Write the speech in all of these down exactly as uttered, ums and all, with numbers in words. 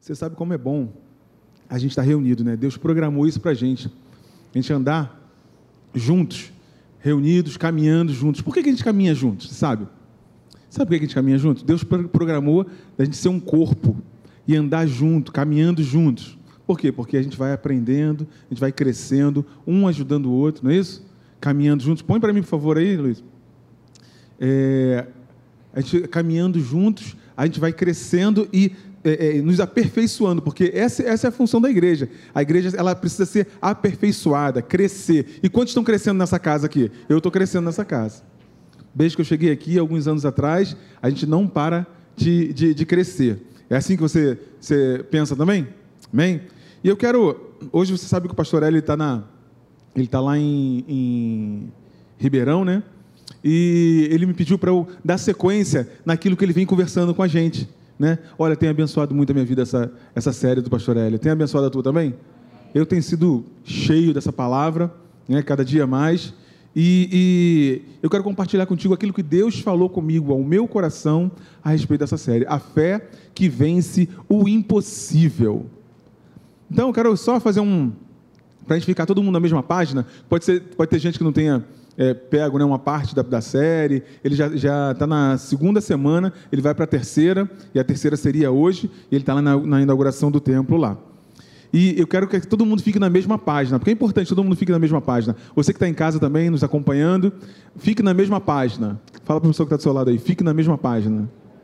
Você sabe como é bom a gente estar reunido, né? Deus programou isso para a gente. A gente andar juntos, reunidos, caminhando juntos. Por que que a gente caminha juntos, você sabe? Sabe por que que a gente caminha juntos? Deus programou a gente ser um corpo e andar junto, caminhando juntos. Por quê? Porque a gente vai aprendendo, a gente vai crescendo, um ajudando o outro, não é isso? Caminhando juntos. Põe para mim, por favor, aí, Luiz. É, a gente caminhando juntos, a gente vai crescendo e é, é, nos aperfeiçoando, porque essa, essa é a função da igreja. A igreja, ela precisa ser aperfeiçoada, crescer. E quantos estão crescendo nessa casa aqui? Eu estou crescendo nessa casa. Desde que eu cheguei aqui, alguns anos atrás, a gente não para de, de, de crescer. É assim que você, você pensa também? Amém? E eu quero... Hoje você sabe que o pastor Hélio está na... Ele está lá em, em Ribeirão, né? E ele me pediu para eu dar sequência naquilo que ele vem conversando com a gente, né? Olha, tem abençoado muito a minha vida essa, essa série do pastor Hélio. Tem abençoado a tua também? Eu tenho sido cheio dessa palavra, né? Cada dia mais. E, e eu quero compartilhar contigo aquilo que Deus falou comigo, ao meu coração, a respeito dessa série. A fé que vence o impossível. Então, eu quero só fazer um... Para a gente ficar todo mundo na mesma página. Pode ser, pode ter gente que não tenha é, pego, né, uma parte da, da série. Ele já já está na segunda semana, ele vai para a terceira, e a terceira seria hoje, e ele está lá na, na inauguração do templo lá. E eu quero que todo mundo fique na mesma página, porque é importante que todo mundo fique na mesma página. Você que está em casa também, nos acompanhando, fique na mesma página. Fala para o pessoal que está do seu lado aí, fique na mesma página.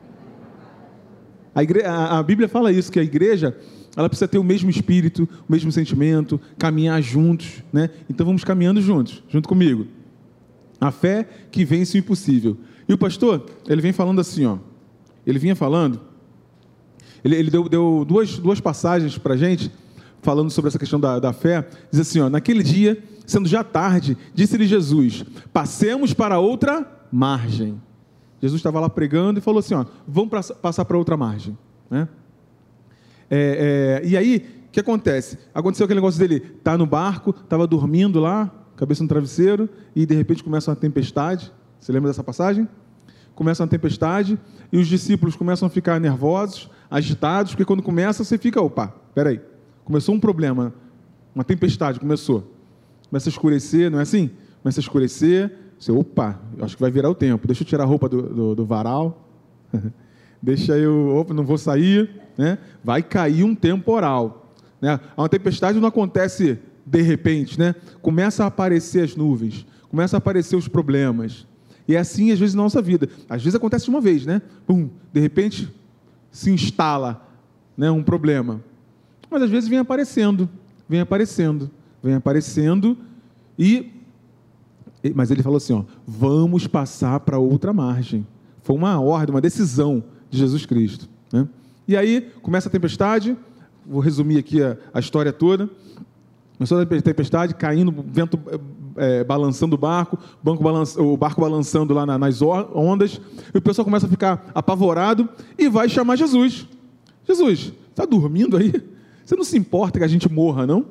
A, igre... a, a Bíblia fala isso, que a igreja... ela precisa ter o mesmo espírito, o mesmo sentimento, caminhar juntos, né? Então vamos caminhando juntos, junto comigo. A fé que vence o impossível. E o pastor, ele vem falando assim, ó. Ele vinha falando, ele, ele deu, deu duas, duas passagens para a gente, falando sobre essa questão da, da fé. Diz assim, ó, naquele dia, sendo já tarde, disse-lhe Jesus, passemos para outra margem. Jesus estava lá pregando e falou assim, ó, vamos pra, passar para outra margem, né? É, é, e aí, o que acontece? Aconteceu aquele negócio dele, tá no barco, estava dormindo lá, cabeça no travesseiro, e de repente começa uma tempestade. Você lembra dessa passagem? Começa uma tempestade, e os discípulos começam a ficar nervosos, agitados, porque quando começa, você fica, opa, peraí, começou um problema, uma tempestade, começou. Começa a escurecer, não é assim? Começa a escurecer, você, opa, acho que vai virar o tempo, deixa eu tirar a roupa do, do, do varal, deixa eu, opa, não vou sair, né? Vai cair um temporal, né? Uma tempestade não acontece de repente, né? Começa a aparecer as nuvens, começa a aparecer os problemas, e é assim às vezes na nossa vida. Às vezes acontece de uma vez, né? Pum, de repente se instala, né, um problema, mas às vezes vem aparecendo, vem aparecendo, vem aparecendo, e mas ele falou assim, ó, vamos passar para outra margem. Foi uma ordem, uma decisão de Jesus Cristo, né? E aí, começa a tempestade, vou resumir aqui a, a história toda. Começou a tempestade, caindo, vento é, balançando o barco, banco balança, o barco balançando lá na, nas ondas, e o pessoal começa a ficar apavorado e vai chamar Jesus. Jesus, está dormindo aí? Você não se importa que a gente morra, não?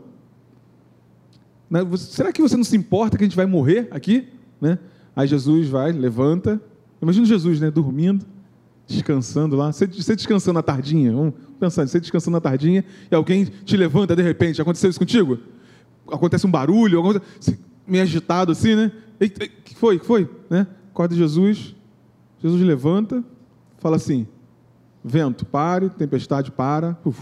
Será que você não se importa que a gente vai morrer aqui? Né? Aí Jesus vai, levanta. Imagina Jesus, né, dormindo, descansando lá, você, você descansando na tardinha, vamos pensar, você descansando na tardinha, e alguém te levanta de repente, aconteceu isso contigo? Acontece um barulho, alguma coisa, meio agitado assim, né? O que foi? que foi? Né? Acorda Jesus, Jesus levanta, fala assim, vento, pare, tempestade, para, uf,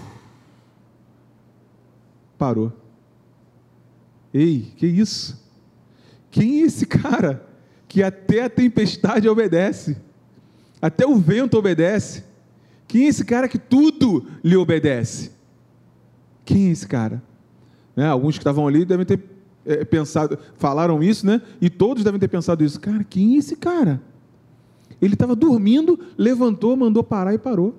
parou. Ei, que isso? Quem é esse cara que até a tempestade obedece? Até o vento obedece? Quem é esse cara que tudo lhe obedece? Quem é esse cara? Né? Alguns que estavam ali devem ter é, pensado, falaram isso, né? E todos devem ter pensado isso. Cara, quem é esse cara? Ele estava dormindo, levantou, mandou parar e parou.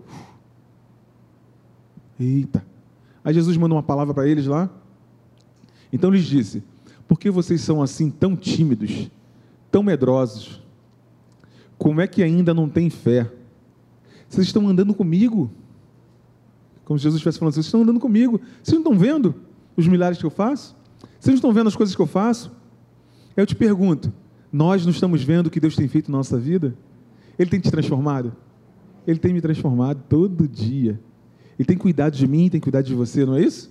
Eita! Aí Jesus mandou uma palavra para eles lá. Então lhes disse, por que vocês são assim tão tímidos, tão medrosos? Como é que ainda não têm fé? Vocês estão andando comigo? Como se Jesus estivesse falando, vocês estão andando comigo. Vocês não estão vendo os milagres que eu faço? Vocês não estão vendo as coisas que eu faço? Eu te pergunto, nós não estamos vendo o que Deus tem feito na nossa vida? Ele tem te transformado? Ele tem me transformado todo dia. Ele tem cuidado de mim, tem cuidado de você, não é isso?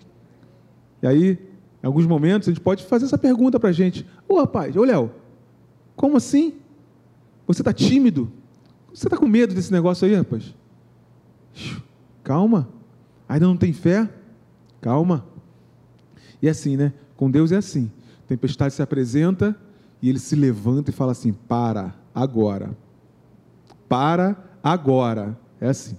E aí, em alguns momentos, a gente pode fazer essa pergunta para a gente. Ô rapaz, ô Léo, como assim? Você está tímido? Você está com medo desse negócio aí, rapaz? Calma. Ainda não tem fé? Calma. E é assim, né? Com Deus é assim. A tempestade se apresenta e ele se levanta e fala assim, para agora. Para agora. É assim.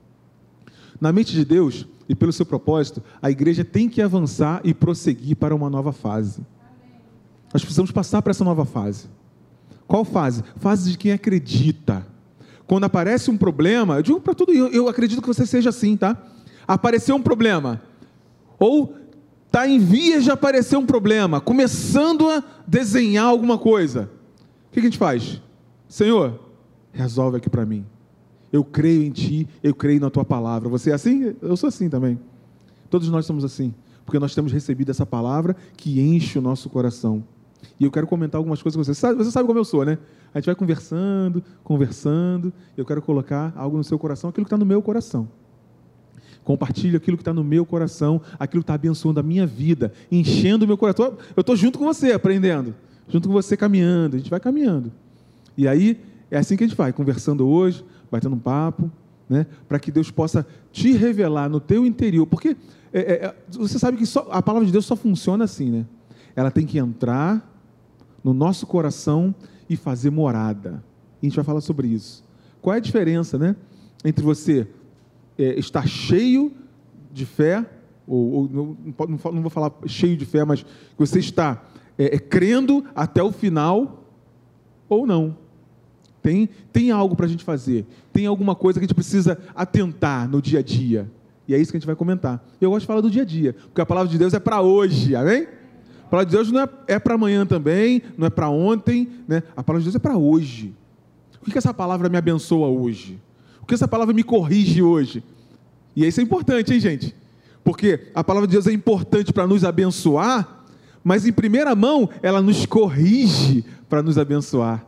Na mente de Deus e pelo seu propósito, a igreja tem que avançar e prosseguir para uma nova fase. Nós precisamos passar para essa nova fase. Qual fase? Fase de quem acredita. Quando aparece um problema, eu digo para tudo, eu, eu acredito que você seja assim, tá? Apareceu um problema, ou está em vias de aparecer um problema, começando a desenhar alguma coisa. O que a gente faz? Senhor, resolve aqui para mim. Eu creio em Ti, eu creio na Tua palavra. Você é assim? Eu sou assim também. Todos nós somos assim, porque nós temos recebido essa palavra que enche o nosso coração. E eu quero comentar algumas coisas com você. Você sabe, você sabe como eu sou, né? A gente vai conversando, conversando, eu quero colocar algo no seu coração, aquilo que está no meu coração. Compartilho aquilo que está no meu coração, aquilo que está abençoando a minha vida, enchendo o meu coração. Eu estou junto com você, aprendendo, junto com você, caminhando, a gente vai caminhando. E aí, é assim que a gente vai, conversando hoje, batendo um papo, né? Para que Deus possa te revelar no teu interior, porque é, é, você sabe que só, a palavra de Deus só funciona assim, né? Ela tem que entrar no nosso coração e fazer morada. E a gente vai falar sobre isso. Qual é a diferença, né, entre você é, estar cheio de fé, ou, ou não, não, não vou falar cheio de fé, mas você está é, é, crendo até o final, ou não. Tem, tem algo para a gente fazer, tem alguma coisa que a gente precisa atentar no dia a dia. E é isso que a gente vai comentar. Eu gosto de falar do dia a dia, porque a palavra de Deus é para hoje, amém? A palavra de Deus não é, é para amanhã também, não é para ontem, né? A palavra de Deus é para hoje. O que, que essa palavra me abençoa hoje? O que essa palavra me corrige hoje? E isso é importante, hein, gente? Porque a palavra de Deus é importante para nos abençoar, mas em primeira mão, ela nos corrige para nos abençoar.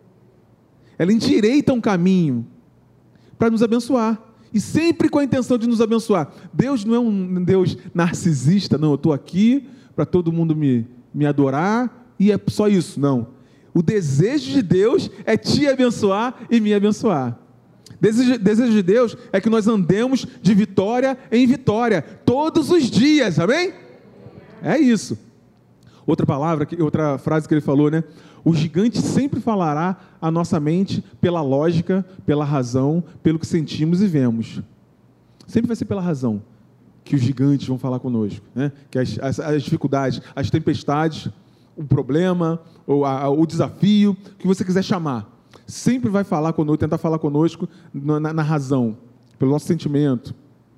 Ela endireita um caminho para nos abençoar. E sempre com a intenção de nos abençoar. Deus não é um Deus narcisista, não, eu estou aqui para todo mundo me, me adorar, e é só isso, não. O desejo de Deus é te abençoar e me abençoar. Desejo, desejo de Deus é que nós andemos de vitória em vitória, todos os dias, amém? É isso. Outra palavra, outra frase que ele falou, né? O gigante sempre falará à nossa mente pela lógica, pela razão, pelo que sentimos e vemos. Sempre vai ser pela razão que os gigantes vão falar conosco, né? Que as, as, as dificuldades, as tempestades, o problema, ou a, o desafio, que você quiser chamar, sempre vai falar conosco, tentar falar conosco na, na, na razão, pelo nosso sentimento.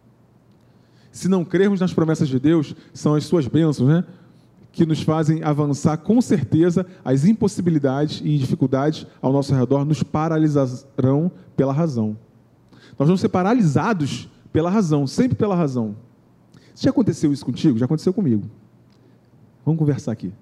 Se não crermos nas promessas de Deus, são as suas bênçãos, né? Que nos fazem avançar com certeza, as impossibilidades e dificuldades ao nosso redor nos paralisarão pela razão. Nós vamos ser paralisados pela razão, sempre pela razão. Já aconteceu isso contigo? Já aconteceu comigo. Vamos conversar aqui.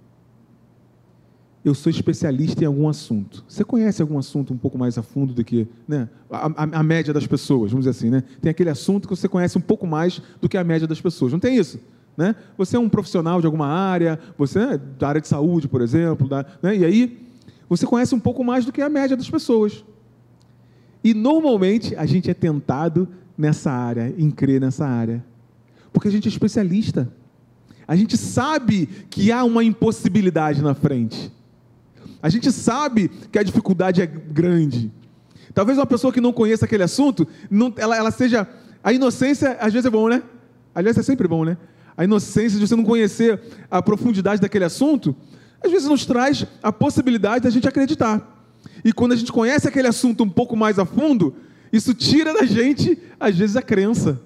Eu sou especialista em algum assunto. Você conhece algum assunto um pouco mais a fundo do que, né, a, a, a média das pessoas, vamos dizer assim, né? Tem aquele assunto que você conhece um pouco mais do que a média das pessoas. Não tem isso? Né? Você é um profissional de alguma área, você é da área de saúde, por exemplo, da, né? E aí você conhece um pouco mais do que a média das pessoas. E normalmente a gente é tentado nessa área, em crer nessa área, porque a gente é especialista. A gente sabe que há uma impossibilidade na frente. A gente sabe que a dificuldade é grande. Talvez uma pessoa que não conheça aquele assunto, não, ela, ela seja... A inocência, às vezes, é bom, né? Aliás, é sempre bom, né? A inocência de você não conhecer a profundidade daquele assunto, às vezes nos traz a possibilidade da gente acreditar. E quando a gente conhece aquele assunto um pouco mais a fundo, isso tira da gente, às vezes, a crença.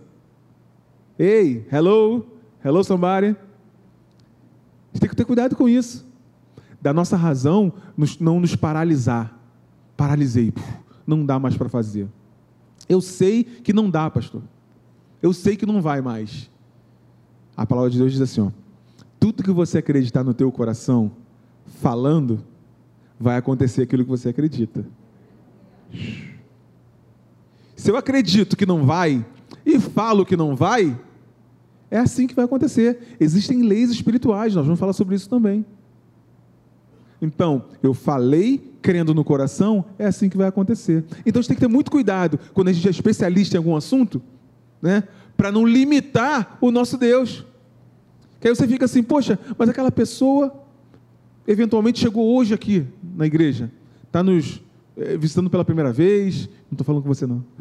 Ei, hello, hello somebody. A gente tem que ter cuidado com isso. Da nossa razão, nos, não nos paralisar. Paralisei, não dá mais para fazer. Eu sei que não dá, pastor. Eu sei que não vai mais. A palavra de Deus diz assim, ó, tudo que você acreditar no teu coração, falando, vai acontecer aquilo que você acredita. Se eu acredito que não vai, e falo que não vai, é assim que vai acontecer. Existem leis espirituais, nós vamos falar sobre isso também. Então, eu falei crendo no coração, é assim que vai acontecer. Então, a gente tem que ter muito cuidado quando a gente é especialista em algum assunto, né, para não limitar o nosso Deus. Que aí você fica assim, poxa, mas aquela pessoa eventualmente chegou hoje aqui na igreja, está nos é, visitando pela primeira vez, não estou falando com você não,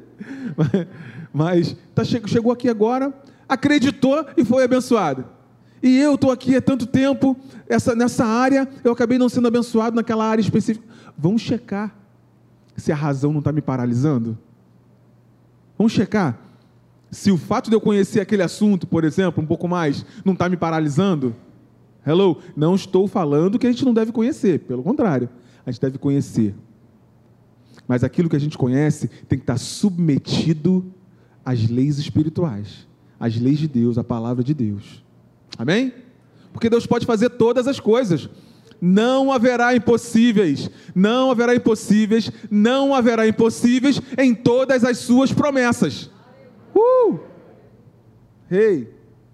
mas tá, chegou aqui agora, acreditou e foi abençoado. E eu estou aqui há tanto tempo, essa, nessa área, eu acabei não sendo abençoado naquela área específica. Vamos checar se a razão não está me paralisando? Vamos checar se o fato de eu conhecer aquele assunto, por exemplo, um pouco mais, não está me paralisando? Hello? Não estou falando que a gente não deve conhecer, pelo contrário, a gente deve conhecer. Mas aquilo que a gente conhece tem que estar submetido às leis espirituais, às leis de Deus, à palavra de Deus. Amém? Porque Deus pode fazer todas as coisas. Não haverá impossíveis, não haverá impossíveis, não haverá impossíveis em todas as suas promessas. Uh! Hey!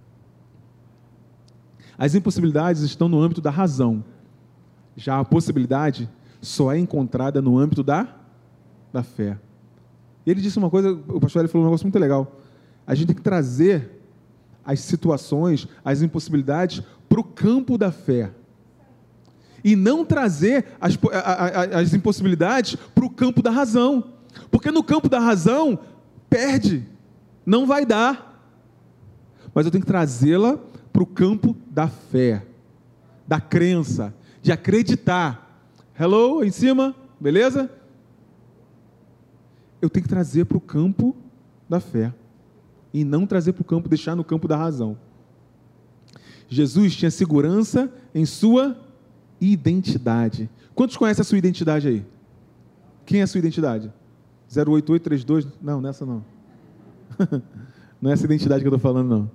As impossibilidades estão no âmbito da razão. Já a possibilidade só é encontrada no âmbito da, da fé. Ele disse uma coisa, o pastor ele falou um negócio muito legal. A gente tem que trazer as situações, as impossibilidades para o campo da fé. E não trazer as, as impossibilidades para o campo da razão. Porque no campo da razão, perde, não vai dar. Mas eu tenho que trazê-la para o campo da fé, da crença, de acreditar. Hello, em cima, beleza? Eu tenho que trazer para o campo da fé. E não trazer para o campo, deixar no campo da razão. Jesus tinha segurança em sua identidade. Quantos conhecem a sua identidade aí? Quem é a sua identidade? zero oito oito três dois? Não, nessa não. Não é essa identidade que eu estou falando, não.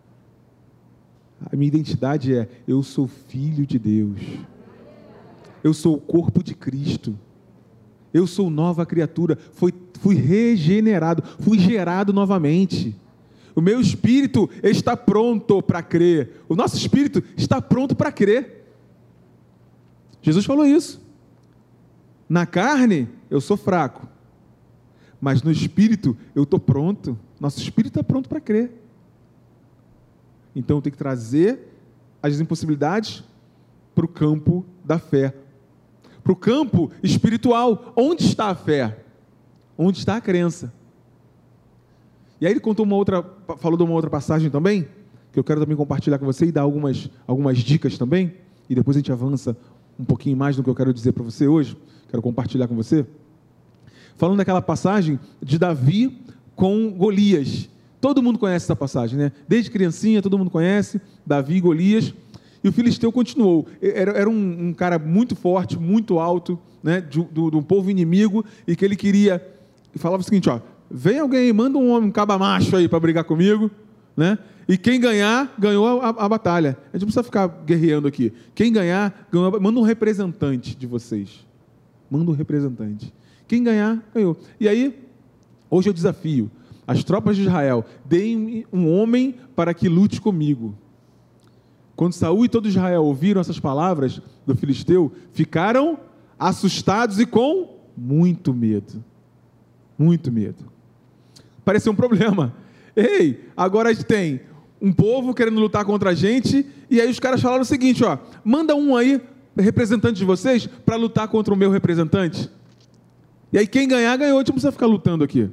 A minha identidade é, eu sou filho de Deus. Eu sou o corpo de Cristo. Eu sou nova criatura. Fui, fui regenerado, fui gerado novamente. O meu espírito está pronto para crer. O nosso espírito está pronto para crer. Jesus falou isso. Na carne, eu sou fraco. Mas no espírito, eu estou pronto. Nosso espírito está pronto para crer. Então, eu tenho que trazer as impossibilidades para o campo da fé. Para o campo espiritual. Onde está a fé? Onde está a crença? E aí ele contou uma outra, falou de uma outra passagem também, que eu quero também compartilhar com você e dar algumas, algumas dicas também, e depois a gente avança um pouquinho mais do que eu quero dizer para você hoje, quero compartilhar com você. Falando daquela passagem de Davi com Golias. Todo mundo conhece essa passagem, né? Desde criancinha, todo mundo conhece, Davi e Golias. E o filisteu continuou. Era, era um, um cara muito forte, muito alto, né? De, do, do povo inimigo, e que ele queria, e falava o seguinte, ó, vem alguém, manda um homem, um caba macho aí para brigar comigo, né? E quem ganhar, ganhou a, a batalha. A gente não precisa ficar guerreando aqui. Quem ganhar, ganhou a, manda um representante de vocês. Manda um representante. Quem ganhar, ganhou. E aí, hoje eu desafio as tropas de Israel, deem um homem para que lute comigo. Quando Saul e todo Israel ouviram essas palavras do filisteu, ficaram assustados e com muito medo. Muito medo. Pareceu um problema. Ei, agora a gente tem um povo querendo lutar contra a gente, e aí os caras falaram o seguinte, ó, manda um aí, representante de vocês, para lutar contra o meu representante. E aí quem ganhar, ganhou, a gente não precisa ficar lutando aqui.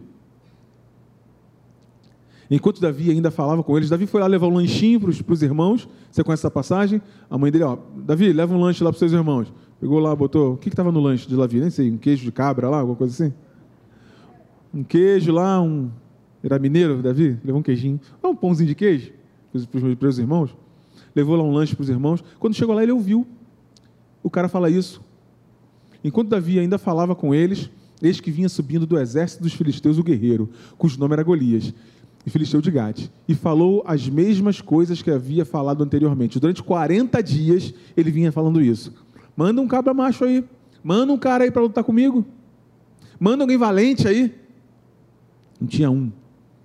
Enquanto Davi ainda falava com eles, Davi foi lá levar um lanchinho para os irmãos. Você conhece essa passagem? A mãe dele, ó, Davi, leva um lanche lá para os seus irmãos. Pegou lá, botou, o que estava no lanche de Davi? Nem sei, um queijo de cabra lá, alguma coisa assim? Um queijo lá, um... Era mineiro, Davi? Levou um queijinho. Um pãozinho de queijo para os irmãos. Levou lá um lanche para os irmãos. Quando chegou lá, ele ouviu o cara falar isso. Enquanto Davi ainda falava com eles, eis que vinha subindo do exército dos filisteus o guerreiro, cujo nome era Golias, e filisteu de Gate, e falou as mesmas coisas que havia falado anteriormente. Durante quarenta dias, ele vinha falando isso. Manda um cabra macho aí. Manda um cara aí para lutar comigo. Manda alguém valente aí. Não tinha um.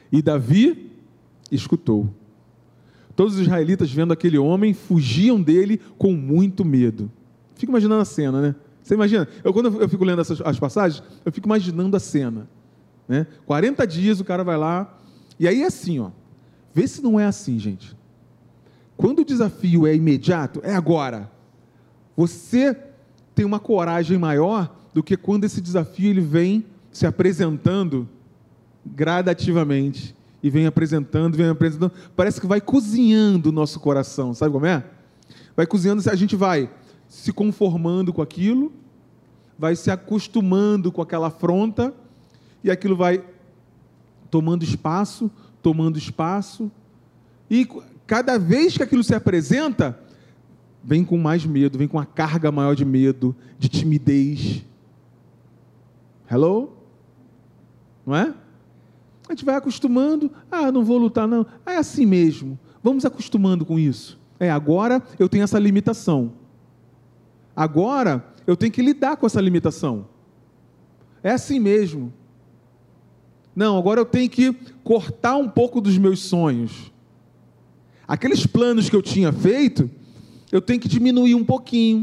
E Davi escutou. Todos os israelitas, vendo aquele homem, fugiam dele com muito medo. Fico imaginando a cena, né? Você imagina? Eu, quando eu fico lendo essas as passagens, eu fico imaginando a cena, né? quarenta dias o cara vai lá, e aí é assim, ó. Vê se não é assim, gente. Quando o desafio é imediato, é agora. Você tem uma coragem maior do que quando esse desafio ele vem se apresentando gradativamente. E vem apresentando, vem apresentando. Parece que vai cozinhando o nosso coração. Sabe como é? Vai cozinhando, a gente vai se conformando com aquilo, vai se acostumando com aquela afronta, e aquilo vai tomando espaço, tomando espaço, e cada vez que aquilo se apresenta, vem com mais medo, vem com uma carga maior de medo, de timidez. Hello? Não é? A gente vai acostumando, ah, não vou lutar não, ah, é assim mesmo, vamos acostumando com isso. É, agora eu tenho essa limitação, agora eu tenho que lidar com essa limitação, é assim mesmo. Não, agora eu tenho que cortar um pouco dos meus sonhos, aqueles planos que eu tinha feito, eu tenho que diminuir um pouquinho,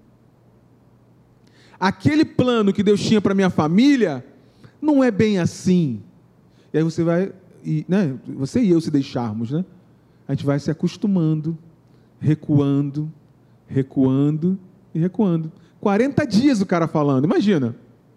aquele plano que Deus tinha para minha família, não é bem assim. E aí você vai, e, né, você e eu se deixarmos, né? A gente vai se acostumando, recuando, recuando e recuando. quarenta dias o cara falando, imagina.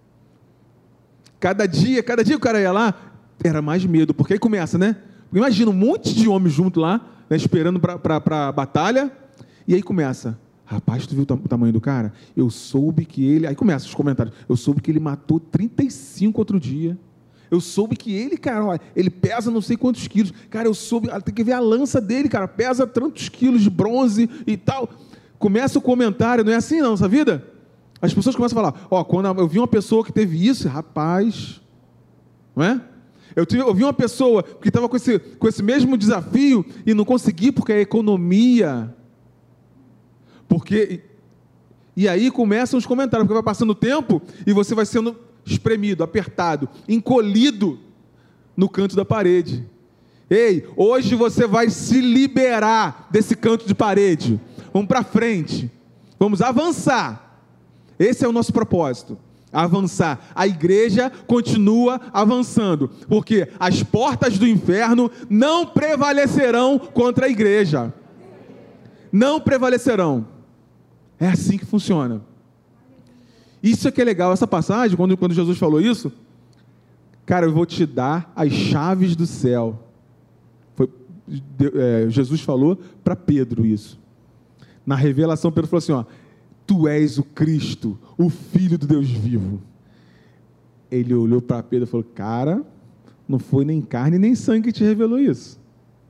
Cada dia, cada dia o cara ia lá, era mais medo, porque aí começa, né? Imagina um monte de homens junto lá, né, esperando para a batalha, e aí começa, rapaz, tu viu o tamanho do cara? Eu soube que ele, aí começa os comentários, eu soube que ele matou trinta e cinco outro dia. Eu soube que ele, cara, ó, ele pesa não sei quantos quilos. Cara, eu soube, tem que ver a lança dele, cara, pesa tantos quilos de bronze e tal. Começa o comentário, não é assim não, essa vida? As pessoas começam a falar, ó, quando eu vi uma pessoa que teve isso, rapaz, não é? Eu, tive, eu vi uma pessoa que estava com esse, com esse mesmo desafio e não consegui porque a economia, porque, e aí começam os comentários, porque vai passando o tempo e você vai sendo espremido, apertado, encolhido no canto da parede. Ei, hoje você vai se liberar desse canto de parede. Vamos para frente. Vamos avançar. Esse é o nosso propósito. Avançar. A igreja continua avançando, porque as portas do inferno não prevalecerão contra a igreja. Não prevalecerão. É assim que funciona. Isso é que é legal, essa passagem, quando, quando Jesus falou isso, cara, eu vou te dar as chaves do céu. Foi, é, Jesus falou para Pedro isso. Na revelação, Pedro falou assim, ó, tu és o Cristo, o Filho do Deus vivo. Ele olhou para Pedro e falou, cara, não foi nem carne nem sangue que te revelou isso.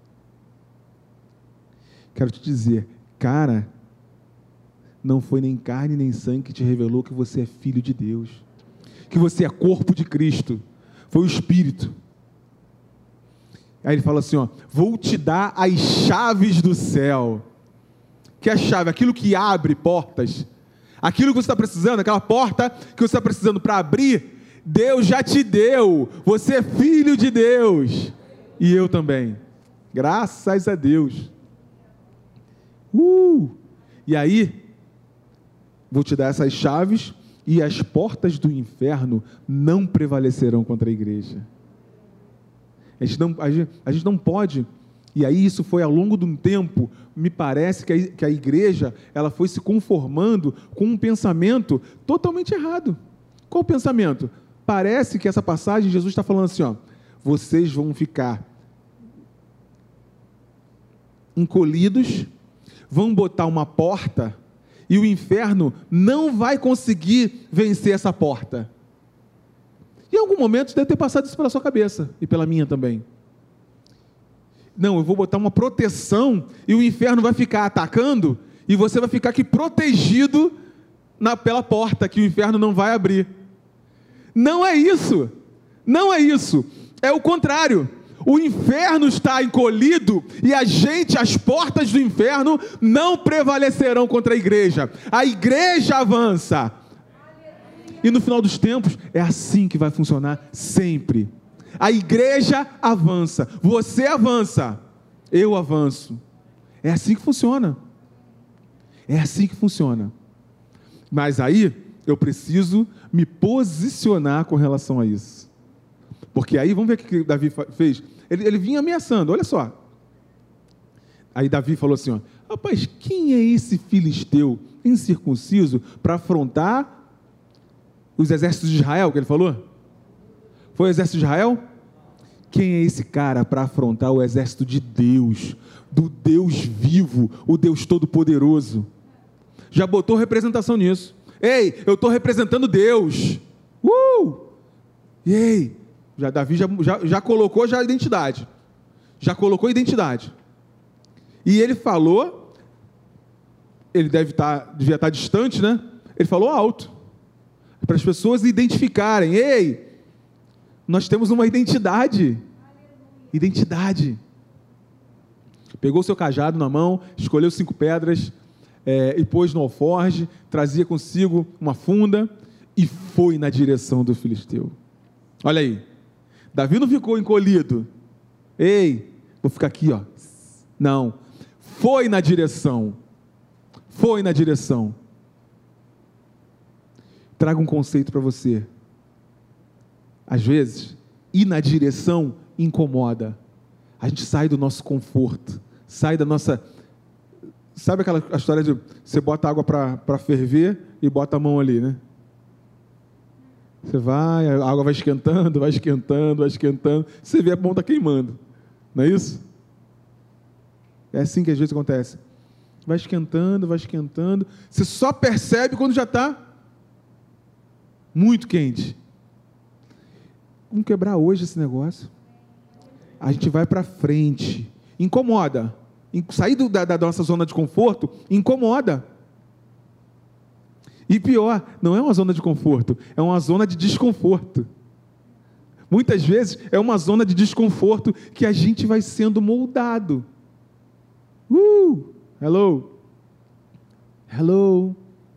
Quero te dizer, cara, não foi nem carne nem sangue que te revelou que você é filho de Deus, que você é corpo de Cristo, foi o Espírito. Aí ele fala assim, ó, vou te dar as chaves do céu. Que é a chave, aquilo que abre portas, aquilo que você está precisando, aquela porta que você está precisando para abrir, Deus já te deu, você é filho de Deus, e eu também, graças a Deus. Uh! E aí, vou te dar essas chaves e as portas do inferno não prevalecerão contra a igreja. A gente não, a gente, a gente não pode, e aí isso foi ao longo de um tempo, me parece que a, que a igreja ela foi se conformando com um pensamento totalmente errado. Qual o pensamento? Parece que essa passagem, Jesus está falando assim, ó, vocês vão ficar encolhidos, vão botar uma porta, e o inferno não vai conseguir vencer essa porta. Em algum momento deve ter passado isso pela sua cabeça, e pela minha também. Não, eu vou botar uma proteção, e o inferno vai ficar atacando, e você vai ficar aqui protegido na, pela porta, que o inferno não vai abrir. Não é isso, não é isso, é o contrário. O inferno está encolhido e a gente, as portas do inferno não prevalecerão contra a igreja. A igreja avança. E no final dos tempos, é assim que vai funcionar sempre. A igreja avança, você avança, eu avanço. É assim que funciona. É assim que funciona. Mas aí eu preciso me posicionar com relação a isso. Porque aí, vamos ver o que Davi fez. Ele, ele vinha ameaçando, olha só. Aí Davi falou assim, ó, rapaz, quem é esse filisteu incircunciso para afrontar os exércitos de Israel, que ele falou? Foi o exército de Israel? Quem é esse cara para afrontar o exército de Deus, do Deus vivo, o Deus Todo-Poderoso? Já botou representação nisso. Ei, eu estou representando Deus. Uh! E ei, já, Davi já, já, já colocou já a identidade. Já colocou a identidade. E ele falou, ele deve estar, devia estar distante, né? Ele falou alto, para as pessoas identificarem. Ei, nós temos uma identidade. Identidade. Pegou o seu cajado na mão, escolheu cinco pedras, é, e pôs no alforje, trazia consigo uma funda, e foi na direção do filisteu. Olha aí, Davi não ficou encolhido. Ei, vou ficar aqui, ó. Não, foi na direção. Foi na direção. Trago um conceito para você. Às vezes, ir na direção incomoda. A gente sai do nosso conforto, sai da nossa... Sabe aquela história de você bota água para ferver e bota a mão ali, né? Você vai, a água vai esquentando, vai esquentando, vai esquentando, você vê a mão está queimando. Não é isso? É assim que às vezes acontece. Vai esquentando, vai esquentando, você só percebe quando já está muito quente. Vamos quebrar hoje esse negócio. A gente vai para frente. Incomoda. Sair do, da, da nossa zona de conforto incomoda. E pior, não é uma zona de conforto, é uma zona de desconforto. Muitas vezes é uma zona de desconforto que a gente vai sendo moldado. Uh, hello. Hello.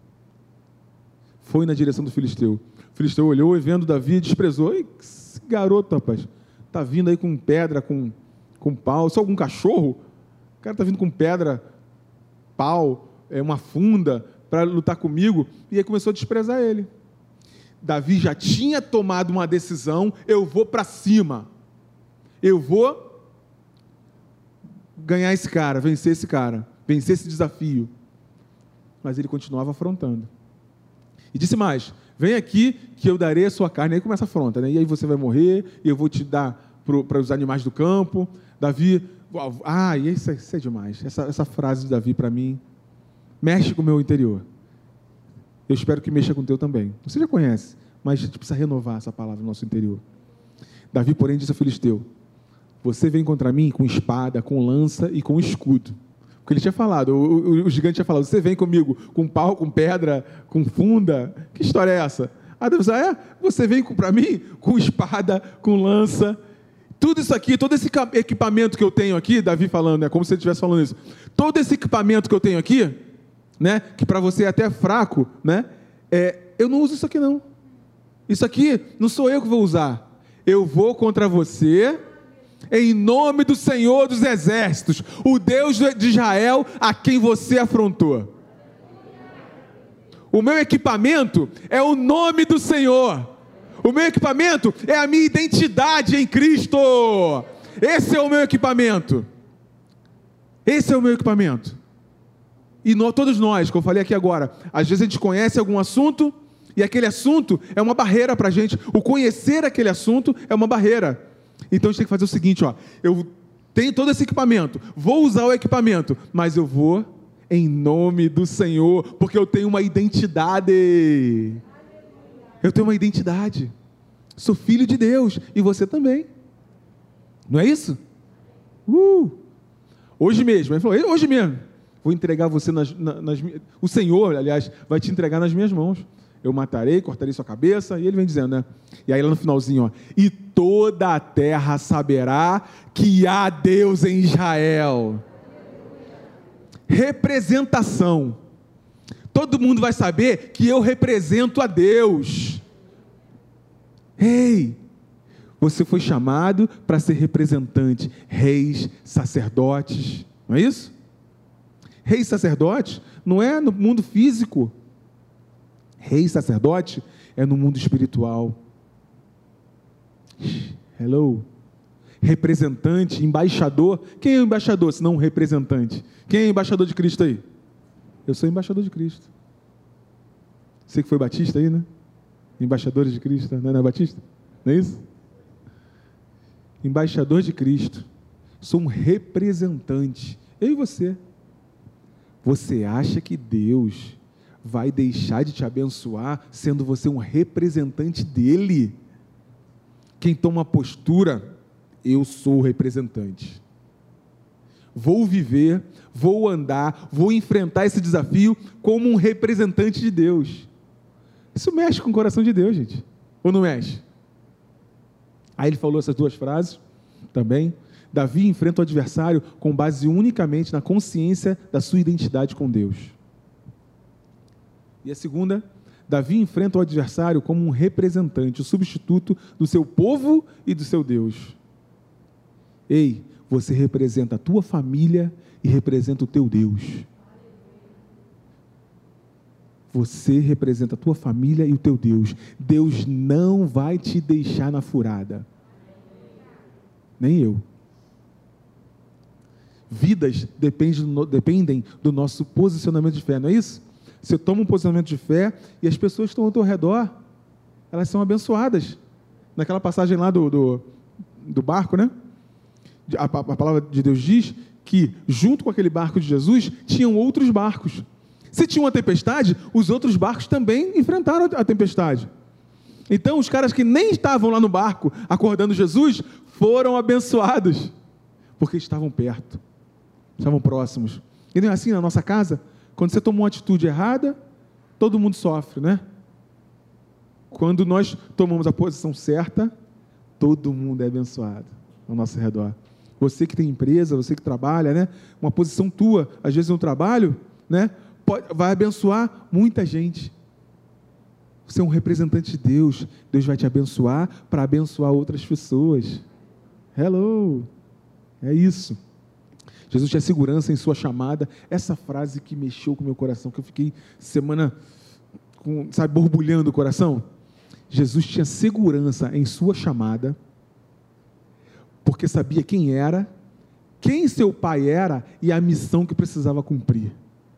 Foi na direção do filisteu. O filisteu olhou e vendo Davi, desprezou. Ei, esse garoto, rapaz, está vindo aí com pedra, com, com pau, só algum cachorro? O cara está vindo com pedra, pau, é uma funda para lutar comigo, e aí começou a desprezar ele. Davi já tinha tomado uma decisão, eu vou para cima, eu vou ganhar esse cara, vencer esse cara, vencer esse desafio. Mas ele continuava afrontando. E disse mais, vem aqui que eu darei a sua carne. Aí começa a afronta, né? E aí você vai morrer, e eu vou te dar para os animais do campo. Davi, ah, isso é, isso é demais. Essa, essa frase de Davi para mim, mexe com o meu interior. Eu espero que mexa com o teu também. Você já conhece, mas a gente precisa renovar essa palavra no nosso interior. Davi, porém, disse ao filisteu, você vem contra mim com espada, com lança e com escudo. Porque ele tinha falado, o, o, o gigante tinha falado, você vem comigo com pau, com pedra, com funda. Que história é essa? Ah, Deus, ah, é? Você vem para mim com espada, com lança. Tudo isso aqui, todo esse equipamento que eu tenho aqui, Davi falando, é como se ele estivesse falando isso. Todo esse equipamento que eu tenho aqui, né, que para você é até fraco, né, é, eu não uso isso aqui não. Isso aqui não sou eu que vou usar. Eu vou contra você em nome do Senhor dos Exércitos, o Deus de Israel a quem você afrontou. O meu equipamento é o nome do Senhor. O meu equipamento é a minha identidade em Cristo. Esse é o meu equipamento. Esse é o meu equipamento. E nós, todos nós, como eu falei aqui agora, às vezes a gente conhece algum assunto e aquele assunto é uma barreira para a gente. O conhecer aquele assunto é uma barreira. Então a gente tem que fazer o seguinte, ó, eu tenho todo esse equipamento, vou usar o equipamento, mas eu vou em nome do Senhor, porque eu tenho uma identidade. Eu tenho uma identidade. Sou filho de Deus. E você também. Não é isso? Uh! Hoje mesmo. Ele falou, hoje mesmo. Vou entregar você nas, nas, nas... O Senhor, aliás, vai te entregar nas minhas mãos. Eu matarei, cortarei sua cabeça. E ele vem dizendo, né? E aí lá no finalzinho, ó. E toda a terra saberá que há Deus em Israel. Representação. Todo mundo vai saber que eu represento a Deus. Ei, Você foi chamado para ser representante, reis, sacerdotes, não é isso? Reis, sacerdotes não é no mundo físico. Rei, sacerdote é no mundo espiritual. Hello. Representante, embaixador. Quem é o embaixador, se não um representante? Quem é o embaixador de Cristo aí? Eu sou embaixador de Cristo. Você que foi batista aí, né? Embaixadores de Cristo, não é batista? Não é isso? Embaixador de Cristo. Sou um representante. Eu e você. Você acha que Deus vai deixar de te abençoar sendo você um representante dele? Quem toma postura, eu sou o representante. Vou viver, vou andar, vou enfrentar esse desafio como um representante de Deus. Isso mexe com o coração de Deus, gente. Ou não mexe? Aí ele falou essas duas frases também. Davi enfrenta o adversário com base unicamente na consciência da sua identidade com Deus. E a segunda, Davi enfrenta o adversário como um representante, o substituto do seu povo e do seu Deus. Ei, você representa a tua família e representa o teu Deus. Você representa a tua família e o teu Deus. Deus não vai te deixar na furada. Nem eu. Vidas dependem do, dependem do nosso posicionamento de fé, não é isso? Você toma um posicionamento de fé e as pessoas que estão ao teu redor, elas são abençoadas. Naquela passagem lá do, do, do barco, né? A, a palavra de Deus diz que junto com aquele barco de Jesus, tinham outros barcos. Se tinha uma tempestade, os outros barcos também enfrentaram a tempestade. Então, os caras que nem estavam lá no barco, acordando Jesus, foram abençoados, porque estavam perto, estavam próximos. E não é assim na nossa casa? Quando você toma uma atitude errada, todo mundo sofre, né? Quando nós tomamos a posição certa, todo mundo é abençoado ao nosso redor. Você que tem empresa, você que trabalha, né? Uma posição tua, às vezes no trabalho, né? Pode, vai abençoar muita gente. Você é um representante de Deus. Deus vai te abençoar para abençoar outras pessoas. Hello! É isso. Jesus tinha segurança em sua chamada. Essa frase que mexeu com o meu coração, que eu fiquei semana, com, sabe, borbulhando o coração. Jesus tinha segurança em sua chamada, porque sabia quem era, quem seu pai era e a missão que precisava cumprir.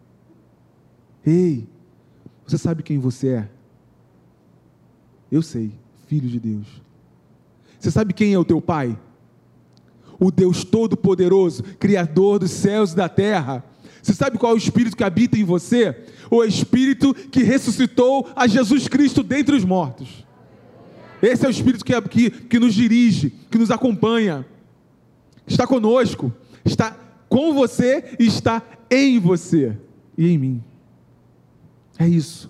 Ei, você sabe quem você é? Eu sei, filho de Deus. Você sabe quem é o teu pai? O Deus Todo-Poderoso, Criador dos céus e da terra. Você sabe qual é o Espírito que habita em você? O Espírito que ressuscitou a Jesus Cristo dentre os mortos. Esse é o Espírito que, que, que nos dirige, que nos acompanha, está conosco, está com você e está em você e em mim. É isso.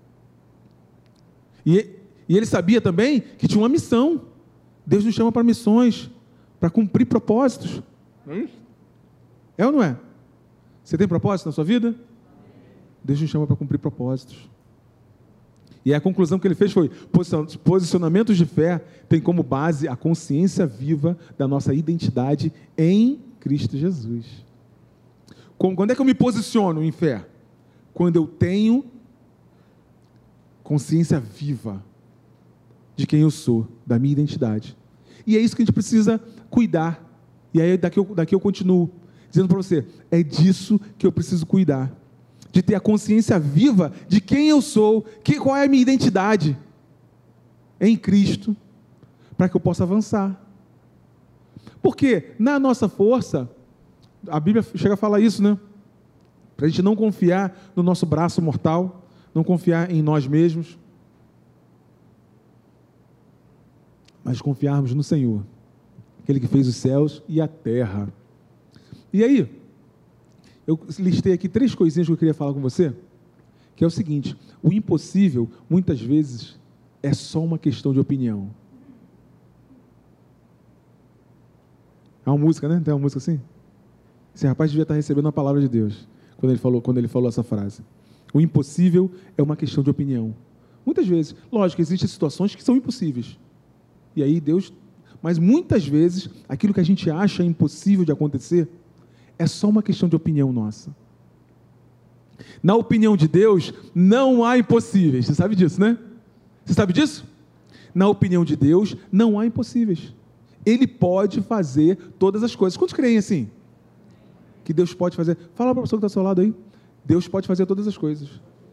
E, e ele sabia também que tinha uma missão. Deus nos chama para missões, para cumprir propósitos. Não é isso? É ou não é? Você tem propósito na sua vida? Deus nos chama para cumprir propósitos. E a conclusão que ele fez foi: posicionamentos de fé têm como base a consciência viva da nossa identidade em Cristo Jesus. Quando é que eu me posiciono em fé? Quando eu tenho consciência viva de quem eu sou, da minha identidade. E é isso que a gente precisa cuidar. E aí daqui eu, daqui eu continuo dizendo para você, é disso que eu preciso cuidar. De ter a consciência viva de quem eu sou, que, qual é a minha identidade em Cristo, para que eu possa avançar. Porque na nossa força, a Bíblia chega a falar isso, né? Para a gente não confiar no nosso braço mortal, não confiar em nós mesmos, mas confiarmos no Senhor, aquele que fez os céus e a terra. E aí, eu listei aqui três coisinhas que eu queria falar com você, que é o seguinte: o impossível, muitas vezes, é só uma questão de opinião. É uma música, né? Tem uma música assim? Esse rapaz devia estar recebendo a palavra de Deus, quando ele falou, quando ele falou essa frase. O impossível é uma questão de opinião. Muitas vezes, lógico, existem situações que são impossíveis. E aí Deus Mas muitas vezes, aquilo que a gente acha impossível de acontecer, é só uma questão de opinião nossa. Na opinião de Deus, não há impossíveis. Você sabe disso, né? Você sabe disso? Na opinião de Deus, não há impossíveis. Ele pode fazer todas as coisas. Quantos creem assim? Que Deus pode fazer. Fala para a pessoa que está ao seu lado aí. Deus pode fazer todas as coisas.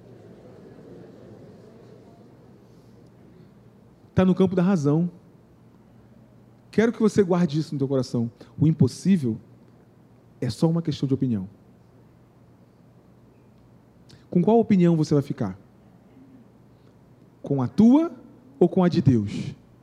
Está no campo da razão. Quero que você guarde isso no teu coração. O impossível é só uma questão de opinião. Com qual opinião você vai ficar? Com a tua ou com a de Deus?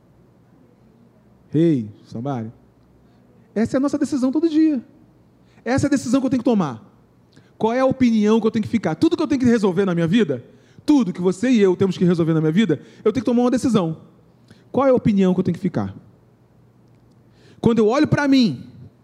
Hey, somebody. Essa é a nossa decisão todo dia. Essa é a decisão que eu tenho que tomar. Qual é a opinião que eu tenho que ficar? Tudo que eu tenho que resolver na minha vida, tudo que você e eu temos que resolver na minha vida, eu tenho que tomar uma decisão. Qual é a opinião que eu tenho que ficar? Quando eu olho para mim,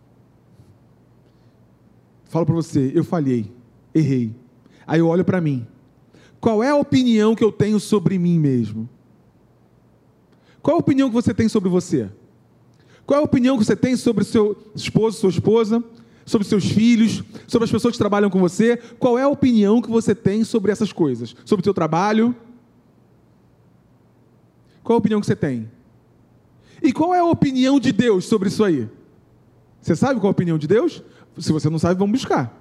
falo para você, eu falhei, errei. Aí eu olho para mim. Qual é a opinião que eu tenho sobre mim mesmo? Qual a opinião que você tem sobre você? Qual é a opinião que você tem sobre seu esposo, sua esposa, sobre seus filhos, sobre as pessoas que trabalham com você? Qual é a opinião que você tem sobre essas coisas? Sobre o seu trabalho? Qual a opinião que você tem? E qual é a opinião de Deus sobre isso aí? Você sabe qual é a opinião de Deus? Se você não sabe, vamos buscar.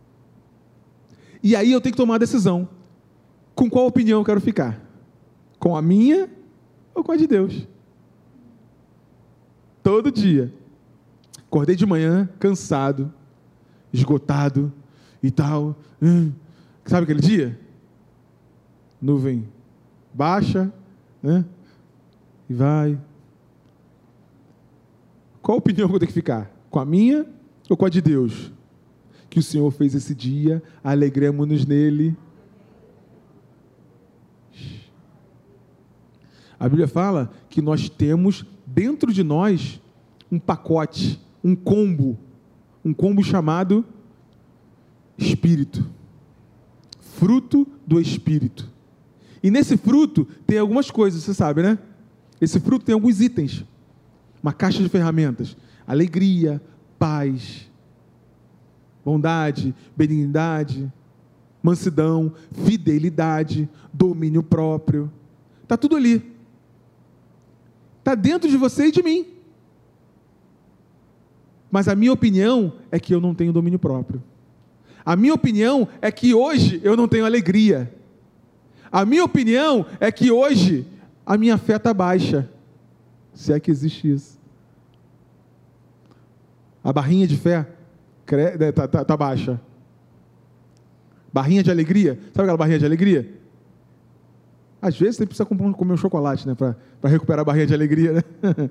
E aí eu tenho que tomar a decisão. Com qual opinião eu quero ficar? Com a minha ou com a de Deus? Todo dia. Acordei de manhã, cansado, esgotado e tal. Hum, sabe aquele dia? Nuvem baixa, né? E vai. Qual a opinião que eu tenho que ficar? Com a minha ou com a de Deus? Que o Senhor fez esse dia, alegremos-nos nele. A Bíblia fala que nós temos dentro de nós um pacote, um combo, um combo chamado Espírito, fruto do Espírito. E nesse fruto tem algumas coisas, você sabe, né? Esse fruto tem alguns itens, uma caixa de ferramentas: alegria, paz, bondade, benignidade, mansidão, fidelidade, domínio próprio. Está tudo ali. Está dentro de você e de mim. Mas a minha opinião é que eu não tenho domínio próprio. A minha opinião é que hoje eu não tenho alegria. A minha opinião é que hoje a minha fé está baixa. Se é que existe isso. A barrinha de fé está tá, tá baixa. Barrinha de alegria. Sabe aquela barrinha de alegria? Às vezes você precisa comer um chocolate, né? Para recuperar a barrinha de alegria, né?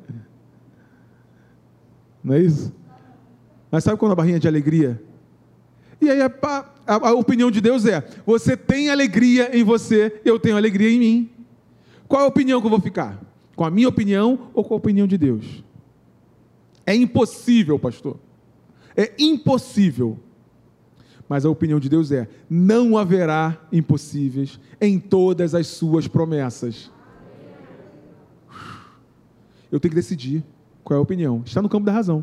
Não é isso? Mas sabe quando a barrinha de alegria? E aí a, a, a opinião de Deus é: você tem alegria em você, eu tenho alegria em mim. Qual é a opinião que eu vou ficar? Com a minha opinião ou com a opinião de Deus? É impossível, pastor. É impossível. Mas a opinião de Deus é: não haverá impossíveis em todas as suas promessas. Eu tenho que decidir qual é a opinião. Está no campo da razão.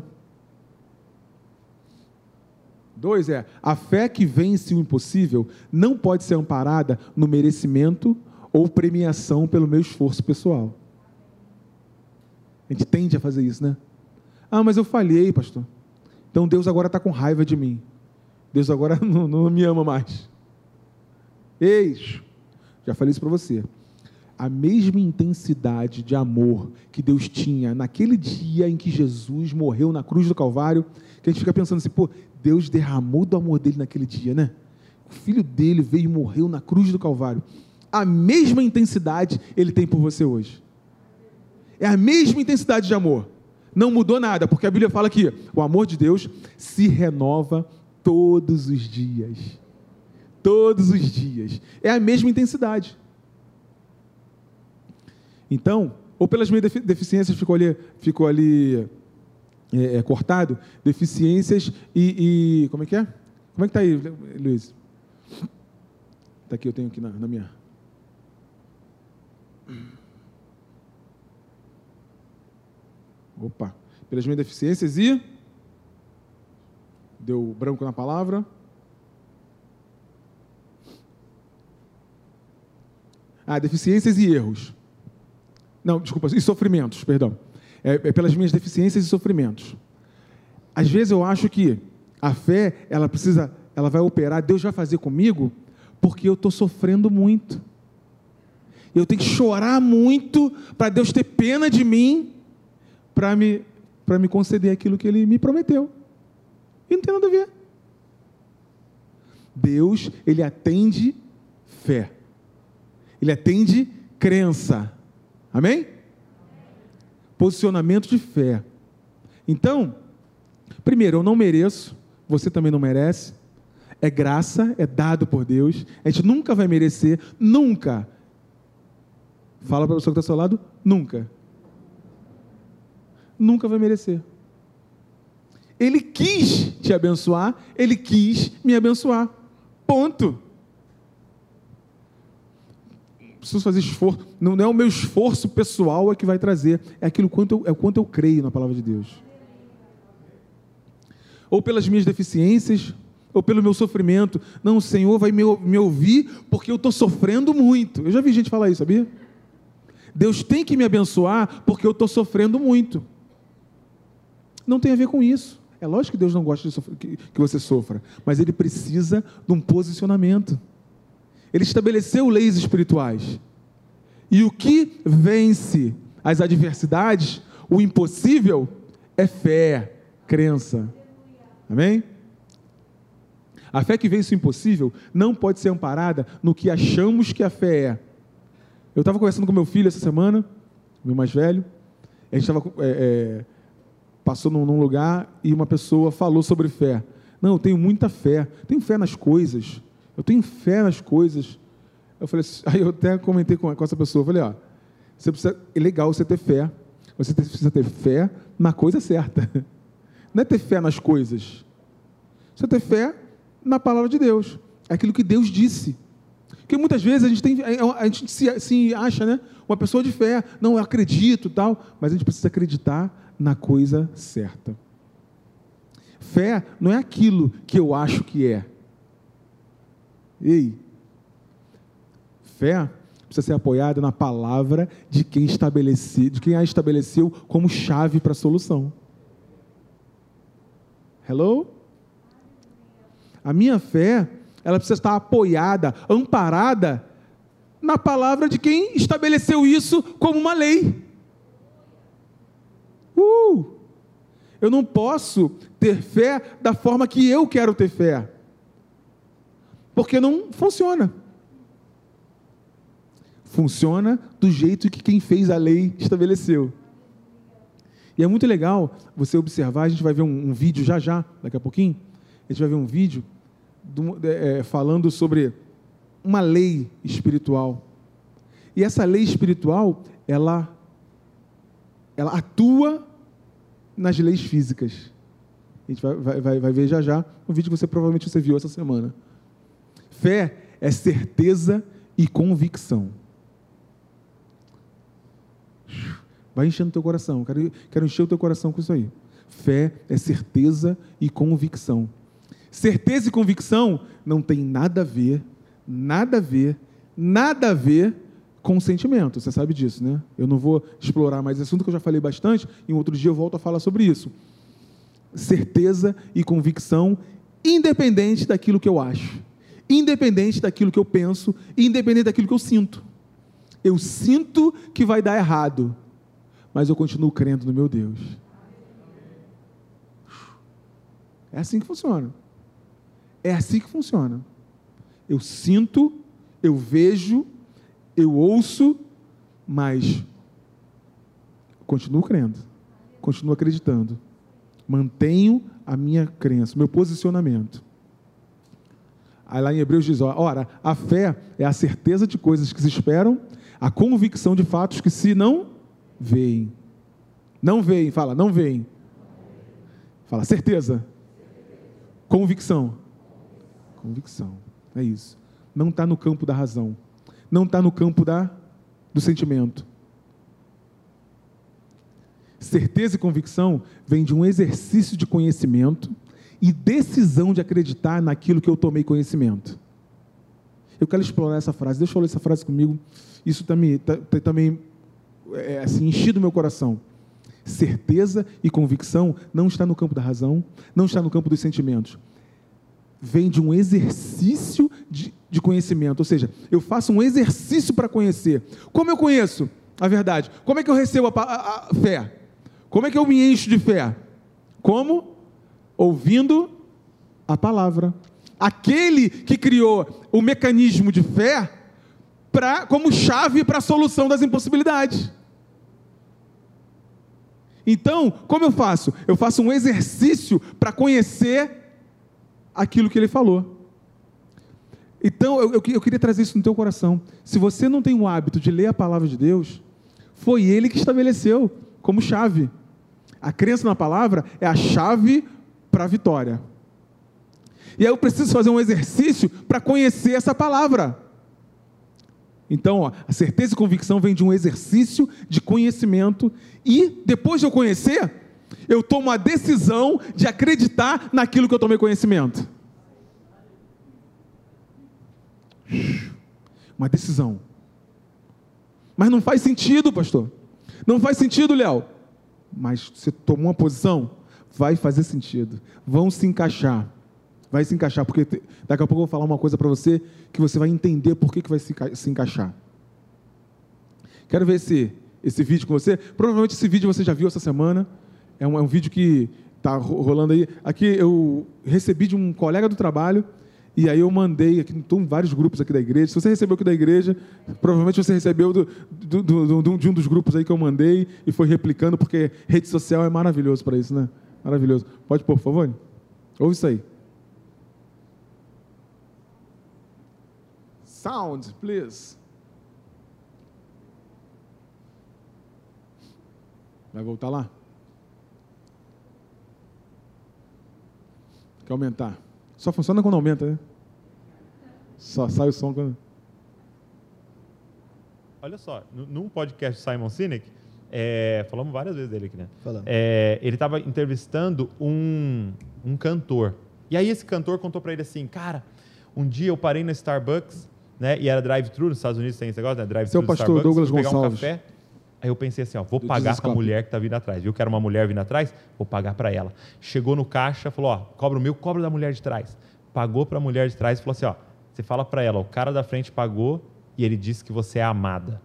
Dois é: a fé que vence o impossível não pode ser amparada no merecimento ou premiação pelo meu esforço pessoal. A gente tende a fazer isso, né? Ah, mas eu falhei, pastor. Então Deus agora está com raiva de mim. Deus agora não, não me ama mais. Eis, já falei isso para você. A mesma intensidade de amor que Deus tinha naquele dia em que Jesus morreu na cruz do Calvário, que a gente fica pensando assim, pô, Deus derramou do amor dele naquele dia, né? O filho dele veio e morreu na cruz do Calvário. A mesma intensidade ele tem por você hoje. É a mesma intensidade de amor. Não mudou nada, porque a Bíblia fala que o amor de Deus se renova todos os dias. Todos os dias. É a mesma intensidade. Então, ou pelas minhas deficiências ficou ali, ficou ali é, é, cortado, deficiências e, e... Como é que é? Como é que está aí, Luiz? Está aqui, eu tenho aqui na, na minha... Opa. Pelas minhas deficiências e... Deu branco na palavra. Ah, deficiências e erros. Não, desculpa, e sofrimentos, perdão. É, é pelas minhas deficiências e sofrimentos. Às vezes eu acho que a fé, ela precisa, ela vai operar, Deus vai fazer comigo, porque eu estou sofrendo muito. Eu tenho que chorar muito para Deus ter pena de mim, para me, para me conceder aquilo que Ele me prometeu. E não tem nada a ver. Deus, Ele atende fé. Ele atende crença. Amém? Posicionamento de fé. Então, primeiro, eu não mereço, você também não merece. É graça, é dado por Deus. A gente nunca vai merecer, nunca. Fala para a pessoa que está ao seu lado, nunca. Nunca vai merecer. Ele quis te abençoar, Ele quis me abençoar. Ponto. Preciso fazer esforço. Não é o meu esforço pessoal é que vai trazer. É aquilo quanto eu, é o quanto eu creio na palavra de Deus. Ou pelas minhas deficiências, ou pelo meu sofrimento. Não, o Senhor vai me, me ouvir porque eu estou sofrendo muito. Eu já vi gente falar isso, sabia? Deus tem que me abençoar porque eu estou sofrendo muito. Não tem a ver com isso. É lógico que Deus não gosta de sofrer, que, que você sofra, mas Ele precisa de um posicionamento. Ele estabeleceu leis espirituais. E o que vence as adversidades, o impossível, é fé, crença. Amém? A fé que vence o impossível não pode ser amparada no que achamos que a fé é. Eu estava conversando com meu filho essa semana, meu mais velho, a gente estava, é, é, passou num, num lugar e uma pessoa falou sobre fé. Não, eu tenho muita fé, tenho fé nas coisas, eu tenho fé nas coisas. Eu falei, aí eu até comentei com, com essa pessoa, eu falei, ó, você precisa, é legal você ter fé, você precisa ter fé na coisa certa. Não é ter fé nas coisas, você ter fé na palavra de Deus, é aquilo que Deus disse. Porque muitas vezes a gente, tem, a gente se, se acha, né, uma pessoa de fé, não, eu acredito e tal, mas a gente precisa acreditar na coisa certa. Fé não é aquilo que eu acho que é. Ei, fé precisa ser apoiada na palavra de quem estabeleceu, de quem a estabeleceu como chave para a solução. Hello? A minha fé, ela precisa estar apoiada, amparada na palavra de quem estabeleceu isso como uma lei. Uh! Eu não posso ter fé da forma que eu quero ter fé, porque não funciona. Funciona do jeito que quem fez a lei estabeleceu. E é muito legal você observar, a gente vai ver um, um vídeo já já, daqui a pouquinho, a gente vai ver um vídeo do, é, falando sobre uma lei espiritual. E essa lei espiritual, ela, ela atua nas leis físicas. A gente vai, vai, vai ver já já um vídeo que você provavelmente você viu essa semana. Fé é certeza e convicção. Vai enchendo o teu coração. Quero, quero encher o teu coração com isso aí. Fé é certeza e convicção. Certeza e convicção não tem nada a ver, nada a ver, nada a ver com sentimento. Você sabe disso, né? Eu não vou explorar mais esse assunto, que eu já falei bastante, e um outro dia eu volto a falar sobre isso. Certeza e convicção, independente daquilo que eu acho, independente daquilo que eu penso, independente daquilo que eu sinto. Eu sinto que vai dar errado, mas eu continuo crendo no meu Deus. É assim que funciona. É assim que funciona. Eu sinto, eu vejo, eu ouço, mas continuo crendo, continuo acreditando. Mantenho a minha crença, meu posicionamento. Aí lá em Hebreus diz, ora, a fé é a certeza de coisas que se esperam, a convicção de fatos que se não veem. Não veem, fala, não veem. Fala, certeza. Convicção. Convicção, é isso. Não está no campo da razão. Não está no campo da, do sentimento. Certeza e convicção vem de um exercício de conhecimento e decisão de acreditar naquilo que eu tomei conhecimento. Eu quero explorar essa frase. Deixa eu ler essa frase comigo. Isso também tá, tá, também é, assim, enchido meu coração. Certeza e convicção não está no campo da razão, não está no campo dos sentimentos. Vem de um exercício de, de conhecimento. Ou seja, eu faço um exercício para conhecer. Como eu conheço a verdade? Como é que eu recebo a, a, a fé? Como é que eu me encho de fé? Como? Ouvindo a palavra. Aquele que criou o mecanismo de fé pra, como chave para a solução das impossibilidades. Então, como eu faço? Eu faço um exercício para conhecer aquilo que ele falou. Então, eu, eu, eu queria trazer isso no teu coração. Se você não tem o hábito de ler a palavra de Deus, foi ele que estabeleceu como chave. A crença na palavra é a chave para a vitória. E aí eu preciso fazer um exercício para conhecer essa palavra. Então, ó, a certeza e convicção vem de um exercício de conhecimento e, depois de eu conhecer, eu tomo a decisão de acreditar naquilo que eu tomei conhecimento. Uma decisão. Mas não faz sentido, pastor. Não faz sentido, Léo. Mas você tomou uma posição, vai fazer sentido. Vão se encaixar. Vai se encaixar, porque daqui a pouco eu vou falar uma coisa para você que você vai entender por que, que vai se, se encaixar. Quero ver esse, esse vídeo com você. Provavelmente esse vídeo você já viu essa semana. É um, é um vídeo que está rolando aí. Aqui eu recebi de um colega do trabalho e aí eu mandei, aqui estão vários grupos aqui da igreja. Se você recebeu aqui da igreja, provavelmente você recebeu do, do, do, do, de um dos grupos aí que eu mandei e foi replicando, porque rede social é maravilhoso para isso, né? Maravilhoso. Pode pôr, por favor? Ouve isso aí. Sound, please. Vai voltar lá? Quer aumentar? Só funciona quando aumenta, né? Só sai o som quando... Olha só, num podcast do Simon Sinek, é, falamos várias vezes dele aqui, né? Falamos. É, ele estava entrevistando um, um cantor. E aí esse cantor contou para ele assim, cara, um dia eu parei na Starbucks, né? E era drive-thru, nos Estados Unidos tem esse negócio, né? Drive-thru Seu pastor Starbucks, Douglas pegar Gonçalves. Um café. Aí eu pensei assim, ó, vou Do pagar para a Desescope. mulher que está vindo atrás. Viu que era uma mulher vindo atrás? Vou pagar para ela. Chegou no caixa, falou, ó, cobra o meu, cobra da mulher de trás. Pagou para a mulher de trás e falou assim, ó, você fala para ela, o cara da frente pagou e ele disse que você é amada.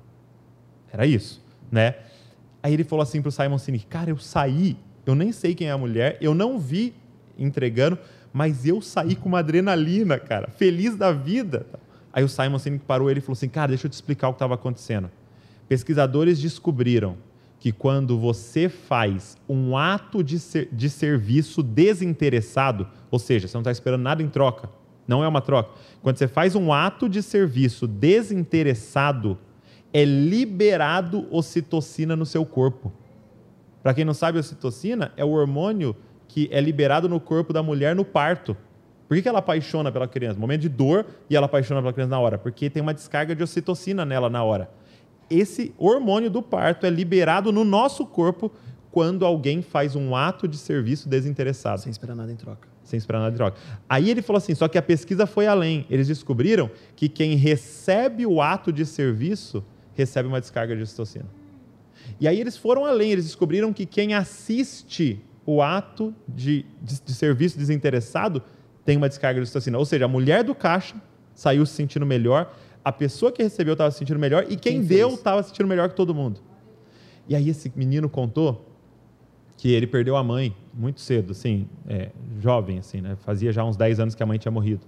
Era isso, né? Aí ele falou assim para o Simon Sinek, cara, eu saí, eu nem sei quem é a mulher, eu não vi entregando, mas eu saí com uma adrenalina, cara, feliz da vida. Aí o Simon Sinek parou ele e falou assim, cara, deixa eu te explicar o que estava acontecendo. Pesquisadores descobriram que quando você faz um ato de, ser, de serviço desinteressado, ou seja, você não está esperando nada em troca, não é uma troca. Quando você faz um ato de serviço desinteressado, é liberado ocitocina no seu corpo. Para quem não sabe, a ocitocina é o hormônio que é liberado no corpo da mulher no parto. Por que que ela apaixona pela criança? Momento de dor e ela apaixona pela criança na hora? Porque tem uma descarga de ocitocina nela na hora. Esse hormônio do parto é liberado no nosso corpo quando alguém faz um ato de serviço desinteressado. Sem esperar nada em troca. Sem esperar nada em troca. Aí ele falou assim, só que a pesquisa foi além. Eles descobriram que quem recebe o ato de serviço recebe uma descarga de ocitocina. E aí eles foram além, eles descobriram que quem assiste o ato de, de, de serviço desinteressado tem uma descarga de ocitocina. Ou seja, a mulher do caixa saiu se sentindo melhor, a pessoa que recebeu estava se sentindo melhor e quem, quem deu estava se sentindo melhor que todo mundo. E aí esse menino contou que ele perdeu a mãe muito cedo, assim, é, jovem, assim, né? Fazia já uns dez anos que a mãe tinha morrido.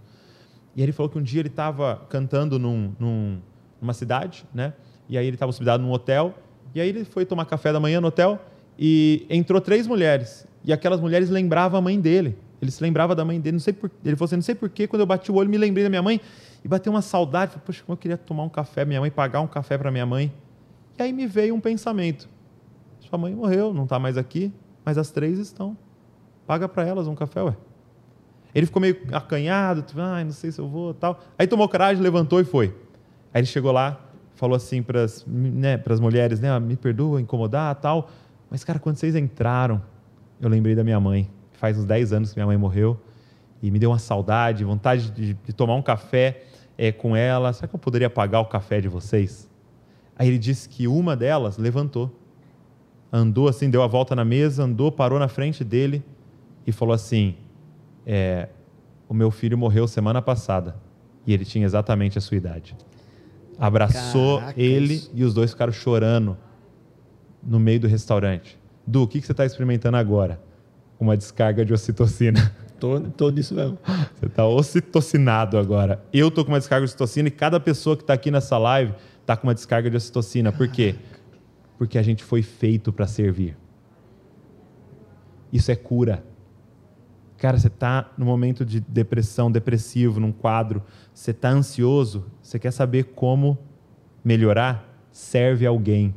E ele falou que um dia ele estava cantando num, num, numa cidade, né? E aí ele estava hospedado num hotel, e aí ele foi tomar café da manhã no hotel e entrou três mulheres. E aquelas mulheres lembravam a mãe dele. Ele se lembrava da mãe dele. Não sei por, ele falou assim, não sei porquê, quando eu bati o olho, me lembrei da minha mãe e bateu uma saudade. Falei, poxa, como eu queria tomar um café, minha mãe, pagar um café para minha mãe. E aí me veio um pensamento. Sua mãe morreu, não está mais aqui, mas as três estão. Paga para elas um café, ué. Ele ficou meio acanhado, ah, não sei se eu vou, tal. Aí tomou coragem, levantou e foi. Aí ele chegou lá, falou assim para as né, mulheres, né, me perdoa, incomodar, tal. Mas, cara, quando vocês entraram, eu lembrei da minha mãe. Faz uns dez anos que minha mãe morreu. E me deu uma saudade, vontade de, de tomar um café é, com ela. Será que eu poderia pagar o café de vocês? Aí ele disse que uma delas levantou. Andou assim, deu a volta na mesa, andou, parou na frente dele e falou assim, é, o meu filho morreu semana passada e ele tinha exatamente a sua idade. Abraçou Caracas. ele e os dois ficaram chorando no meio do restaurante. Du, o que, que você está experimentando agora? Uma descarga de ocitocina. Tô, tô nisso mesmo. Você está ocitocinado agora. Eu estou com uma descarga de ocitocina e cada pessoa que está aqui nessa live está com uma descarga de ocitocina. Por quê? Porque a gente foi feito para servir. Isso é cura. Cara, você está num momento de depressão, depressivo, num quadro, você está ansioso, você quer saber como melhorar? Serve alguém.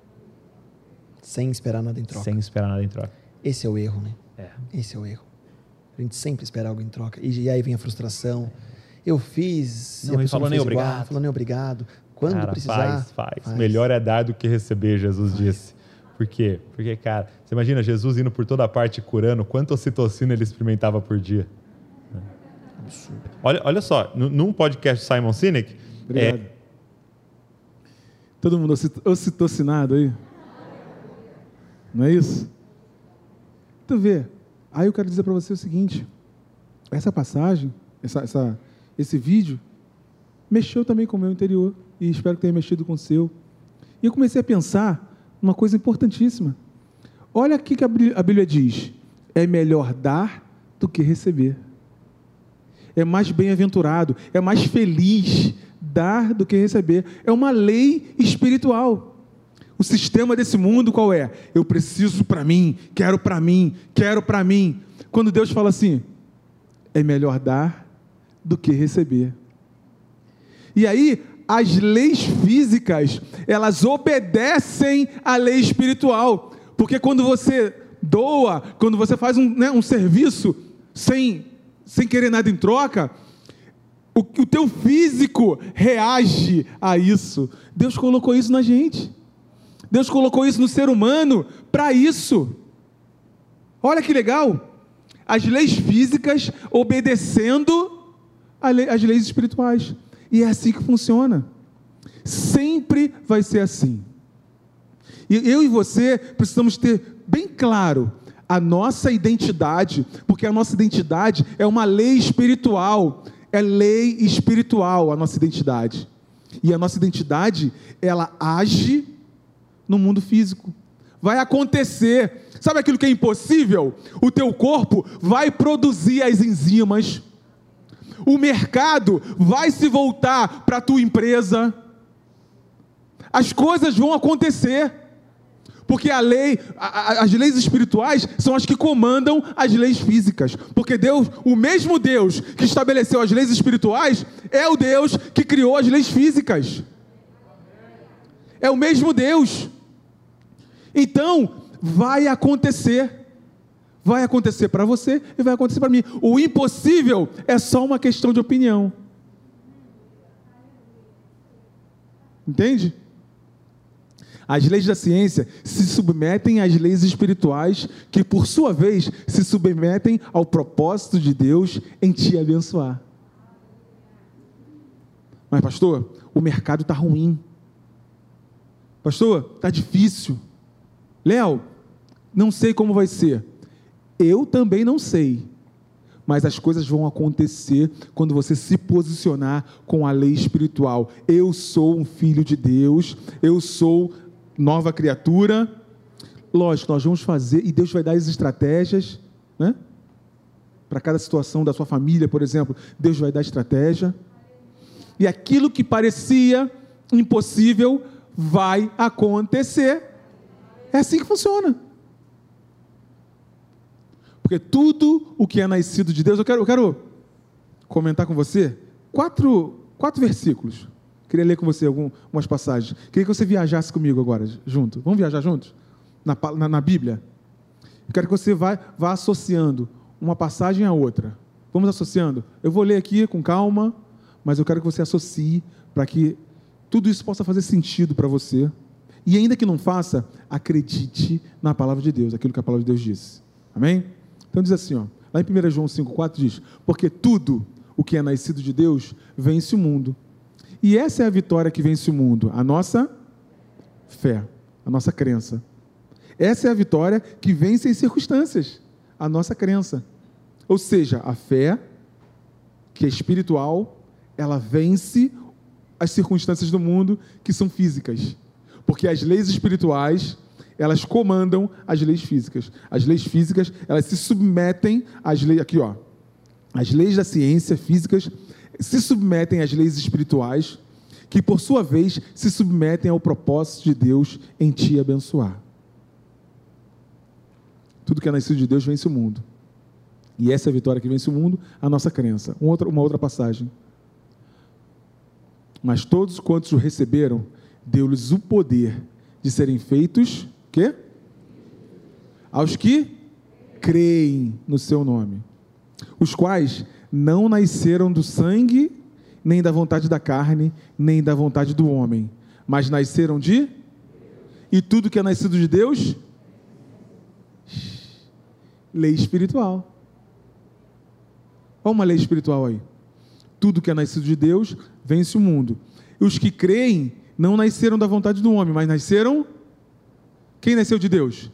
Sem esperar nada em troca. Sem esperar nada em troca. Esse é o erro, né? É. Esse é o erro. A gente sempre espera algo em troca. E, e aí vem a frustração. Eu fiz... Não, ele falou não nem fez obrigado. Igual, falou nem obrigado. Quando cara, precisar... Faz, faz, faz. Melhor é dar do que receber, Jesus faz. disse. Por quê? Porque, cara, você imagina Jesus indo por toda a parte curando, quanta ocitocina ele experimentava por dia. Absurdo. Olha, olha só, num podcast do Simon Sinek... Obrigado. É... Todo mundo ocitocinado aí? Não é isso? Tu vê. Aí eu quero dizer para você o seguinte, essa passagem, essa, essa, esse vídeo, mexeu também com o meu interior, e espero que tenha mexido com o seu. E eu comecei a pensar numa coisa importantíssima. Olha aqui que a Bíblia diz, é melhor dar do que receber. É mais bem-aventurado, é mais feliz dar do que receber. É uma lei espiritual. O sistema desse mundo qual é? Eu preciso para mim, quero para mim, quero para mim. Quando Deus fala assim, é melhor dar do que receber. E aí, as leis físicas, elas obedecem à lei espiritual. Porque quando você doa, quando você faz um, né, um serviço sem, sem querer nada em troca, o, o teu físico reage a isso. Deus colocou isso na gente. Deus colocou isso no ser humano para isso. Olha que legal. As leis físicas obedecendo às leis espirituais. E é assim que funciona. Sempre vai ser assim. E eu e você precisamos ter bem claro a nossa identidade, porque a nossa identidade é uma lei espiritual. É lei espiritual a nossa identidade. E a nossa identidade, ela age no mundo físico. Vai acontecer. Sabe aquilo que é impossível? O teu corpo vai produzir as enzimas. O mercado vai se voltar para a tua empresa. As coisas vão acontecer. Porque a lei, a, as leis espirituais são as que comandam as leis físicas. Porque Deus, o mesmo Deus que estabeleceu as leis espirituais, é o Deus que criou as leis físicas. É o mesmo Deus. Então, vai acontecer. Vai acontecer para você e vai acontecer para mim. O impossível é só uma questão de opinião. Entende? As leis da ciência se submetem às leis espirituais, que por sua vez se submetem ao propósito de Deus em te abençoar. Mas pastor, o mercado está ruim. Pastor, está difícil. Léo, não sei como vai ser. Eu também não sei. Mas as coisas vão acontecer quando você se posicionar com a lei espiritual. Eu sou um filho de Deus, eu sou nova criatura. Lógico, nós vamos fazer, e Deus vai dar as estratégias, né? Para cada situação da sua família, por exemplo, Deus vai dar estratégia. E aquilo que parecia impossível vai acontecer. É assim que funciona. Porque tudo o que é nascido de Deus, eu quero, eu quero comentar com você quatro, quatro versículos. Queria ler com você algumas passagens. Queria que você viajasse comigo agora, junto. Vamos viajar juntos? Na, na, na Bíblia? Eu quero que você vá, vá associando uma passagem à outra. Vamos associando? Eu vou ler aqui com calma, mas eu quero que você associe para que tudo isso possa fazer sentido para você E ainda que não faça, acredite na palavra de Deus, aquilo que a palavra de Deus disse. Amém? Então diz assim, ó, lá em primeira João cinco, quatro diz, porque tudo o que é nascido de Deus vence o mundo. E essa é a vitória que vence o mundo, a nossa fé, a nossa crença. Essa é a vitória que vence as circunstâncias, a nossa crença. Ou seja, a fé, que é espiritual, ela vence as circunstâncias do mundo que são físicas. Porque as leis espirituais, elas comandam as leis físicas. As leis físicas, elas se submetem às leis, aqui ó, as leis da ciência físicas se submetem às leis espirituais, que por sua vez se submetem ao propósito de Deus em te abençoar. Tudo que é nascido de Deus vence o mundo. E essa é a vitória que vence o mundo, a nossa crença. Uma outra, uma outra passagem. Mas todos quantos o receberam, deu-lhes o poder de serem feitos, quê? Aos que creem no seu nome, os quais não nasceram do sangue, nem da vontade da carne, nem da vontade do homem, mas nasceram de... E tudo que é nascido de Deus... Lei espiritual. Olha uma lei espiritual aí. Tudo que é nascido de Deus vence o mundo. E os que creem não nasceram da vontade do homem, mas nasceram... Quem nasceu de Deus?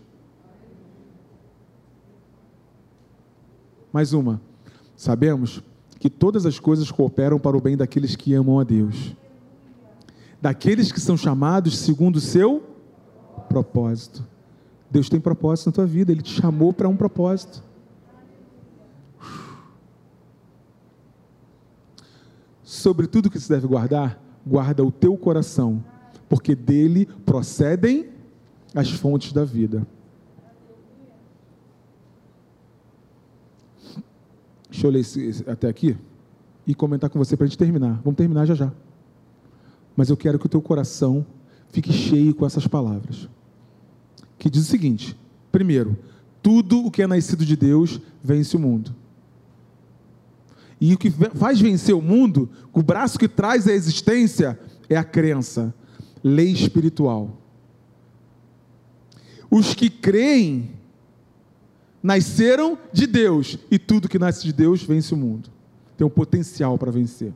Mais uma. Sabemos que todas as coisas cooperam para o bem daqueles que amam a Deus, daqueles que são chamados segundo o seu propósito. Deus tem propósito na tua vida, Ele te chamou para um propósito. Sobre tudo que se deve guardar, guarda o teu coração, porque dele procedem as fontes da vida. Deixa eu ler esse, até aqui e comentar com você para a gente terminar. Vamos terminar já já. Mas eu quero que o teu coração fique cheio com essas palavras. Que diz o seguinte: primeiro, tudo o que é nascido de Deus vence o mundo. E o que faz vencer o mundo, o braço que traz a existência, é a crença, lei espiritual. Os que creem nasceram de Deus, e tudo que nasce de Deus vence o mundo. Tem um potencial para vencer.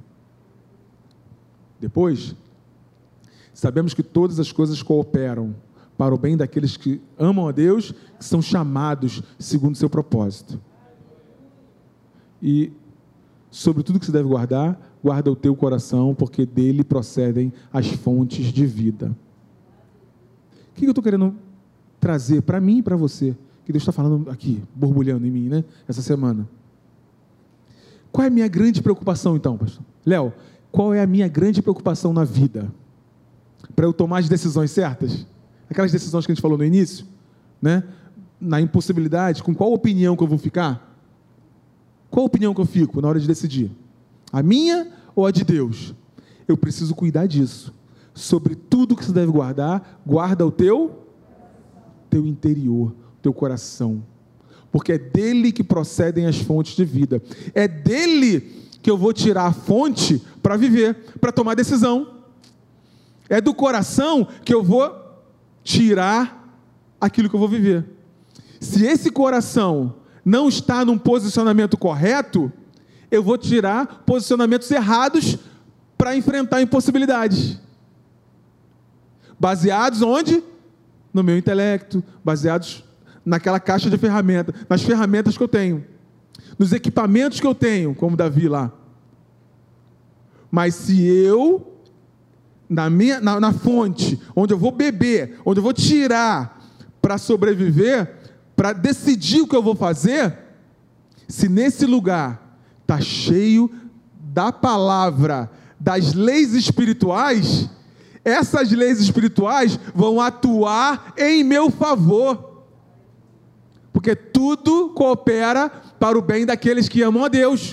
Depois, sabemos que todas as coisas cooperam para o bem daqueles que amam a Deus, que são chamados segundo o seu propósito. E sobre tudo que se deve guardar, guarda o teu coração, porque dele procedem as fontes de vida. O que eu estou querendo trazer para mim e para você, que Deus está falando aqui, borbulhando em mim, né, essa semana? Qual é a minha grande preocupação, então, pastor? Léo, qual é a minha grande preocupação na vida? Para eu tomar as decisões certas? Aquelas decisões que a gente falou no início, né? Na impossibilidade, com qual opinião que eu vou ficar? Qual opinião que eu fico na hora de decidir? A minha ou a de Deus? Eu preciso cuidar disso. Sobre tudo que você deve guardar, guarda o teu, teu interior, teu coração. Porque é dele que procedem as fontes de vida. É dele que eu vou tirar a fonte para viver, para tomar decisão. É do coração que eu vou tirar aquilo que eu vou viver. Se esse coração não está num posicionamento correto, eu vou tirar posicionamentos errados para enfrentar impossibilidades. Baseados onde? No meu intelecto, baseados naquela caixa de ferramentas, nas ferramentas que eu tenho, nos equipamentos que eu tenho, como Davi lá. Mas se eu, na, minha, na, na fonte, onde eu vou beber, onde eu vou tirar para sobreviver, para decidir o que eu vou fazer, se nesse lugar está cheio da palavra, das leis espirituais, essas leis espirituais vão atuar em meu favor, porque tudo coopera para o bem daqueles que amam a Deus.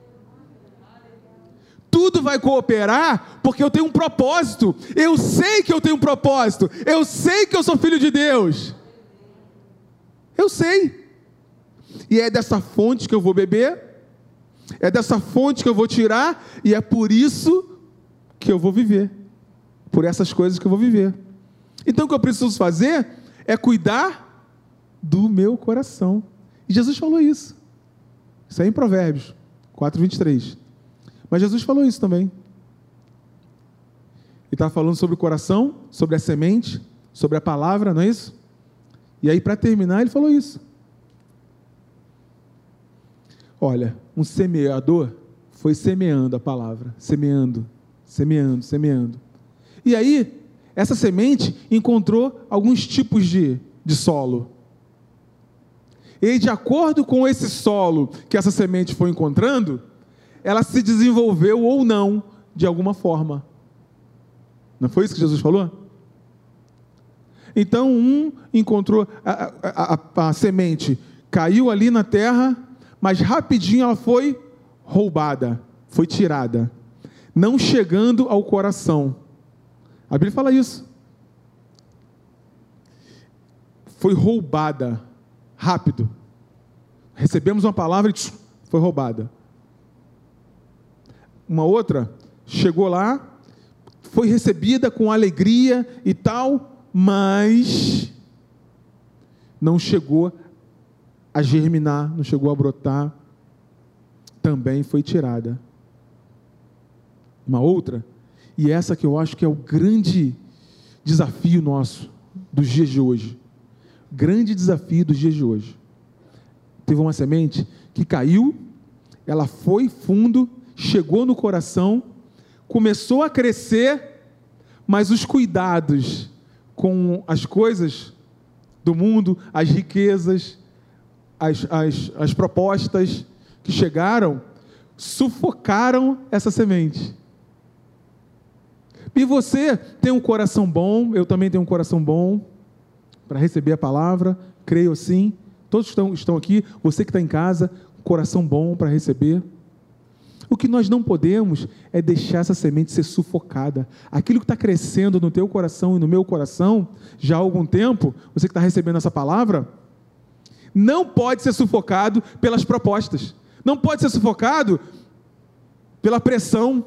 Tudo vai cooperar porque eu tenho um propósito. Eu sei que eu tenho um propósito. Eu sei que eu sou filho de Deus. Eu sei. E é dessa fonte que eu vou beber, é dessa fonte que eu vou tirar, e é por isso que eu vou viver, por essas coisas que eu vou viver. Então o que eu preciso fazer é cuidar do meu coração. E Jesus falou isso. Isso aí em Provérbios quatro, vinte e três. Mas Jesus falou isso também. Ele estava falando sobre o coração, sobre a semente, sobre a palavra, não é isso? E aí, para terminar, ele falou isso. Olha, um semeador foi semeando a palavra, semeando, semeando, semeando. E aí, essa semente encontrou alguns tipos de, de solo. E de acordo com esse solo que essa semente foi encontrando, ela se desenvolveu ou não, de alguma forma. Não foi isso que Jesus falou? Então, um encontrou, a, a, a, a semente caiu ali na terra, mas rapidinho ela foi roubada, foi tirada, não chegando ao coração. A Bíblia fala isso. Foi roubada, rápido. Recebemos uma palavra e tch, foi roubada. Uma outra chegou lá, foi recebida com alegria e tal, mas não chegou a germinar, não chegou a brotar, também foi tirada. Uma outra, e essa que eu acho que é o grande desafio nosso, dos dias de hoje, grande desafio dos dias de hoje, teve uma semente que caiu, ela foi fundo, chegou no coração, começou a crescer, mas os cuidados com as coisas do mundo, as riquezas, as, as, as propostas que chegaram, sufocaram essa semente. E você tem um coração bom, eu também tenho um coração bom para receber a palavra, creio assim, todos estão, estão aqui, você que está em casa, coração bom para receber. O que nós não podemos é deixar essa semente ser sufocada. Aquilo que está crescendo no teu coração e no meu coração, já há algum tempo, você que está recebendo essa palavra, não pode ser sufocado pelas propostas. Não pode ser sufocado pela pressão.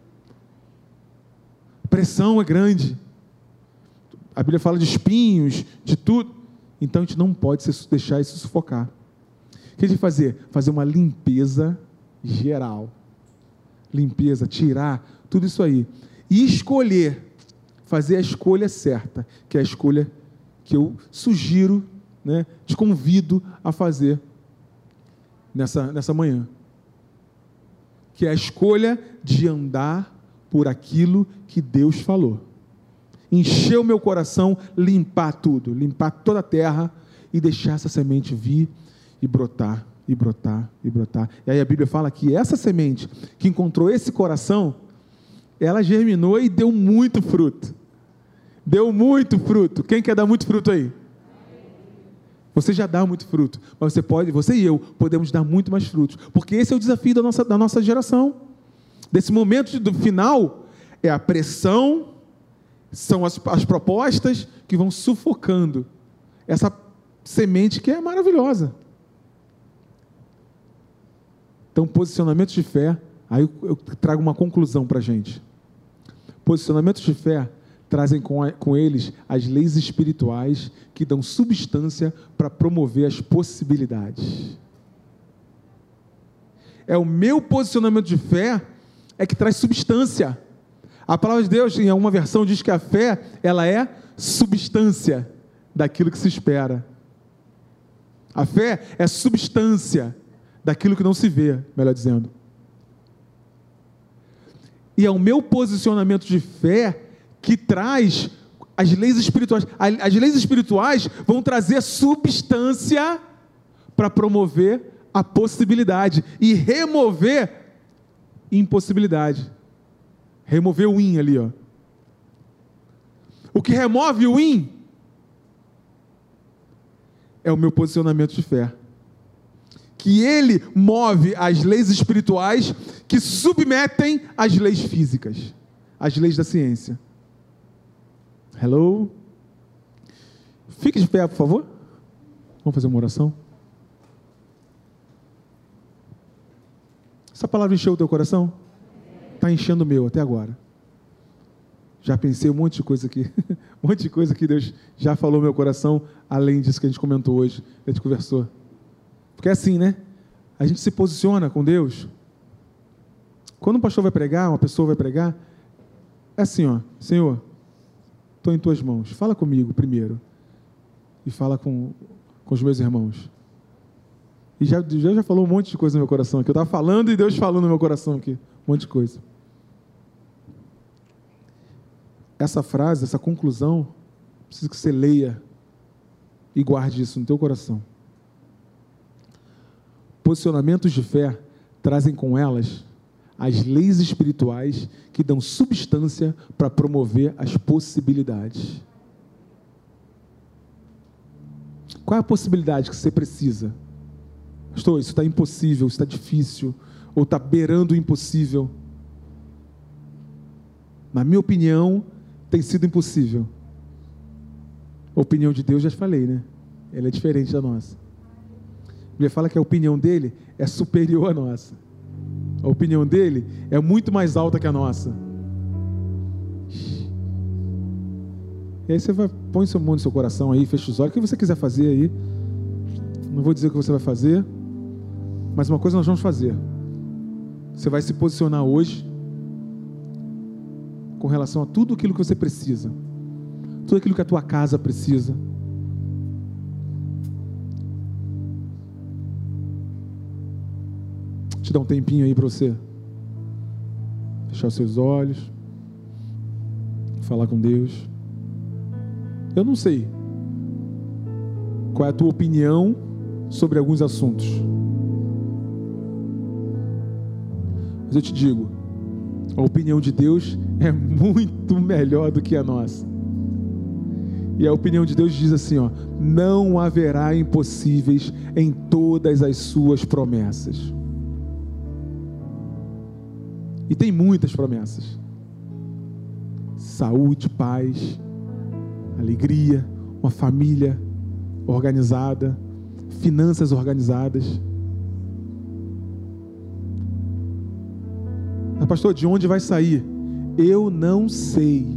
A pressão é grande. A Bíblia fala de espinhos, de tudo. Então a gente não pode deixar isso sufocar. O que a gente fazer? Fazer uma limpeza geral. Limpeza, tirar tudo isso aí. E escolher, fazer a escolha certa, que é a escolha que eu sugiro, né, te convido a fazer nessa, nessa manhã. Que é a escolha de andar por aquilo que Deus falou. Encher o meu coração, limpar tudo, limpar toda a terra e deixar essa semente vir e brotar. E brotar, e brotar. E aí a Bíblia fala que essa semente que encontrou esse coração, ela germinou e deu muito fruto. Deu muito fruto. Quem quer dar muito fruto aí? Você já dá muito fruto, mas você pode, você e eu, podemos dar muito mais frutos, porque esse é o desafio da nossa, da nossa geração. Desse momento do final, é a pressão, são as, as propostas que vão sufocando essa semente que é maravilhosa. Então, posicionamentos de fé, aí eu, eu trago uma conclusão para a gente. Posicionamentos de fé trazem com, a, com eles as leis espirituais que dão substância para promover as possibilidades. É o meu posicionamento de fé é que traz substância. A palavra de Deus, em alguma versão, diz que a fé, ela é substância daquilo que se espera. A fé é substância daquilo que não se vê, melhor dizendo. E é o meu posicionamento de fé que traz as leis espirituais. As leis espirituais vão trazer substância para promover a possibilidade e remover impossibilidade. Remover o in ali, ó. O que remove o in é o meu posicionamento de fé. Que ele move as leis espirituais que submetem as leis físicas, as leis da ciência. Hello? Fique de pé, por favor. Vamos fazer uma oração? Essa palavra encheu o teu coração? Está enchendo o meu até agora. Já pensei um monte de coisa aqui. um monte de coisa que Deus já falou no meu coração, além disso que a gente comentou hoje, a gente conversou. Porque é assim, né? A gente se posiciona com Deus. Quando um pastor vai pregar, uma pessoa vai pregar, é assim, ó, Senhor, estou em tuas mãos. Fala comigo primeiro. E fala com, com os meus irmãos. E já, já, já falou um monte de coisa no meu coração aqui. Eu estava falando e Deus falando no meu coração aqui. Um monte de coisa. Essa frase, essa conclusão, preciso que você leia e guarde isso no teu coração. Posicionamentos de fé trazem com elas as leis espirituais que dão substância para promover as possibilidades. Qual é a possibilidade que você precisa? Pastor, isso está impossível, isso está difícil, ou está beirando o impossível. Na minha opinião, tem sido impossível. A opinião de Deus, já te falei, né? Ela é diferente da nossa. A Bíblia fala que a opinião dele é superior à nossa. A opinião dele é muito mais alta que a nossa. E aí você vai, põe seu mão no seu coração aí, fecha os olhos, o que você quiser fazer aí. Não vou dizer o que você vai fazer, mas uma coisa nós vamos fazer. Você vai se posicionar hoje com relação a tudo aquilo que você precisa, tudo aquilo que a tua casa precisa. Te dar um tempinho aí para você fechar os seus olhos, falar com Deus. Eu não sei qual é a tua opinião sobre alguns assuntos, mas eu te digo, a opinião de Deus é muito melhor do que a nossa. E a opinião de Deus diz assim, ó: não haverá impossíveis em todas as suas promessas. E tem muitas promessas: saúde, paz, alegria, uma família organizada, finanças organizadas. Mas, pastor, de onde vai sair? Eu não sei.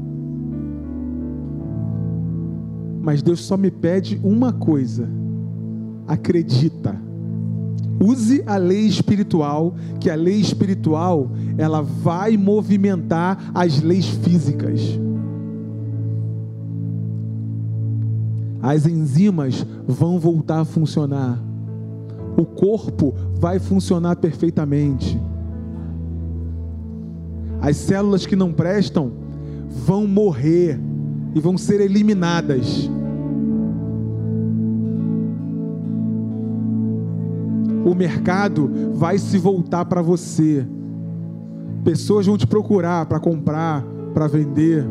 Mas Deus só me pede uma coisa: acredita. Use a lei espiritual, que a lei espiritual, ela vai movimentar as leis físicas. As enzimas vão voltar a funcionar. O corpo vai funcionar perfeitamente. As células que não prestam vão morrer e vão ser eliminadas. O mercado vai se voltar para você. Pessoas vão te procurar para comprar, para vender.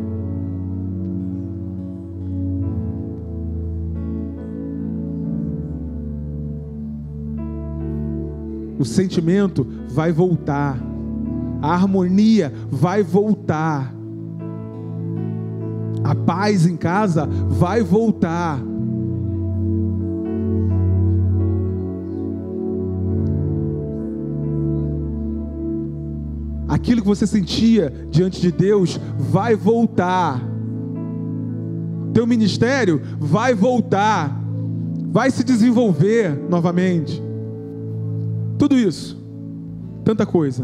O sentimento vai voltar. A harmonia vai voltar. A paz em casa vai voltar. Aquilo que você sentia diante de Deus vai voltar. Teu ministério vai voltar. Vai se desenvolver novamente. Tudo isso. Tanta coisa.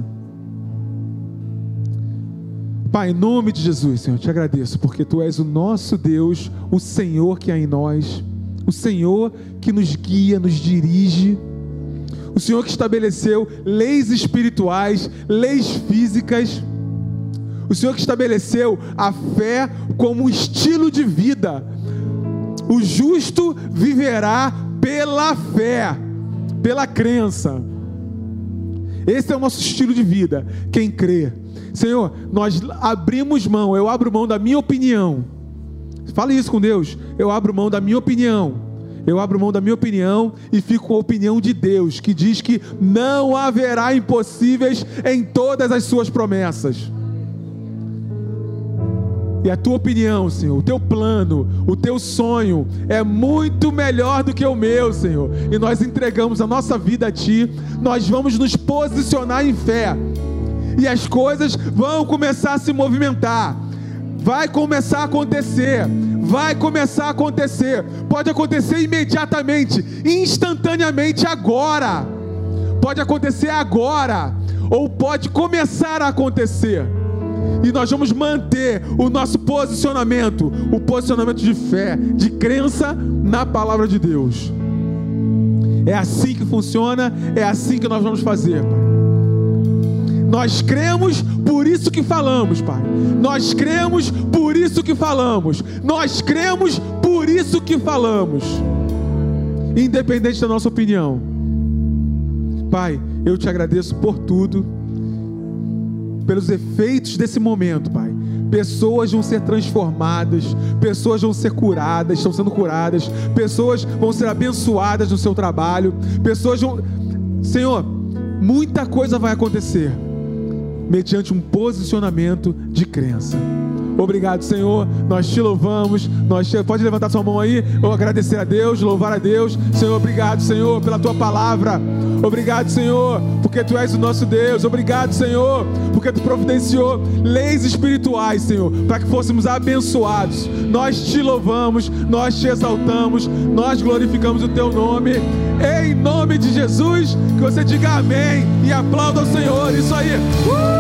Pai, em nome de Jesus, Senhor, eu te agradeço, porque Tu és o nosso Deus, o Senhor que há em nós, o Senhor que nos guia, nos dirige, o Senhor que estabeleceu leis espirituais, leis físicas, o Senhor que estabeleceu a fé como estilo de vida. O justo viverá pela fé, pela crença. Esse é o nosso estilo de vida, quem crê. Senhor, nós abrimos mão, eu abro mão da minha opinião. Fale isso com Deus. Eu abro mão da minha opinião. Eu abro mão da minha opinião e fico com a opinião de Deus, que diz que não haverá impossíveis em todas as suas promessas. E a tua opinião, Senhor, o teu plano, o teu sonho é muito melhor do que o meu, Senhor. E nós entregamos a nossa vida a Ti. Nós vamos nos posicionar em fé. E as coisas vão começar a se movimentar. Vai começar a acontecer. Vai começar a acontecer. Pode acontecer imediatamente, instantaneamente, agora. Pode acontecer agora, ou pode começar a acontecer. E nós vamos manter o nosso posicionamento, o posicionamento de fé, de crença na palavra de Deus. É assim que funciona, é assim que nós vamos fazer, Pai. Nós cremos, por isso que falamos, Pai. Nós cremos, por isso que falamos. Nós cremos, por isso que falamos. Independente da nossa opinião. Pai, eu te agradeço por tudo, pelos efeitos desse momento, Pai. Pessoas vão ser transformadas, pessoas vão ser curadas, estão sendo curadas, pessoas vão ser abençoadas no seu trabalho, pessoas vão... Senhor, muita coisa vai acontecer mediante um posicionamento de crença. Obrigado, Senhor, nós te louvamos, nós te... pode levantar sua mão aí, ou agradecer a Deus, louvar a Deus. Senhor, obrigado, Senhor, pela tua palavra. Obrigado, Senhor, porque tu és o nosso Deus. Obrigado, Senhor, porque tu providenciou leis espirituais, Senhor, para que fôssemos abençoados. Nós te louvamos, nós te exaltamos, nós glorificamos o teu nome, em nome de Jesus. Que você diga amém e aplauda o Senhor. Isso aí. Uh!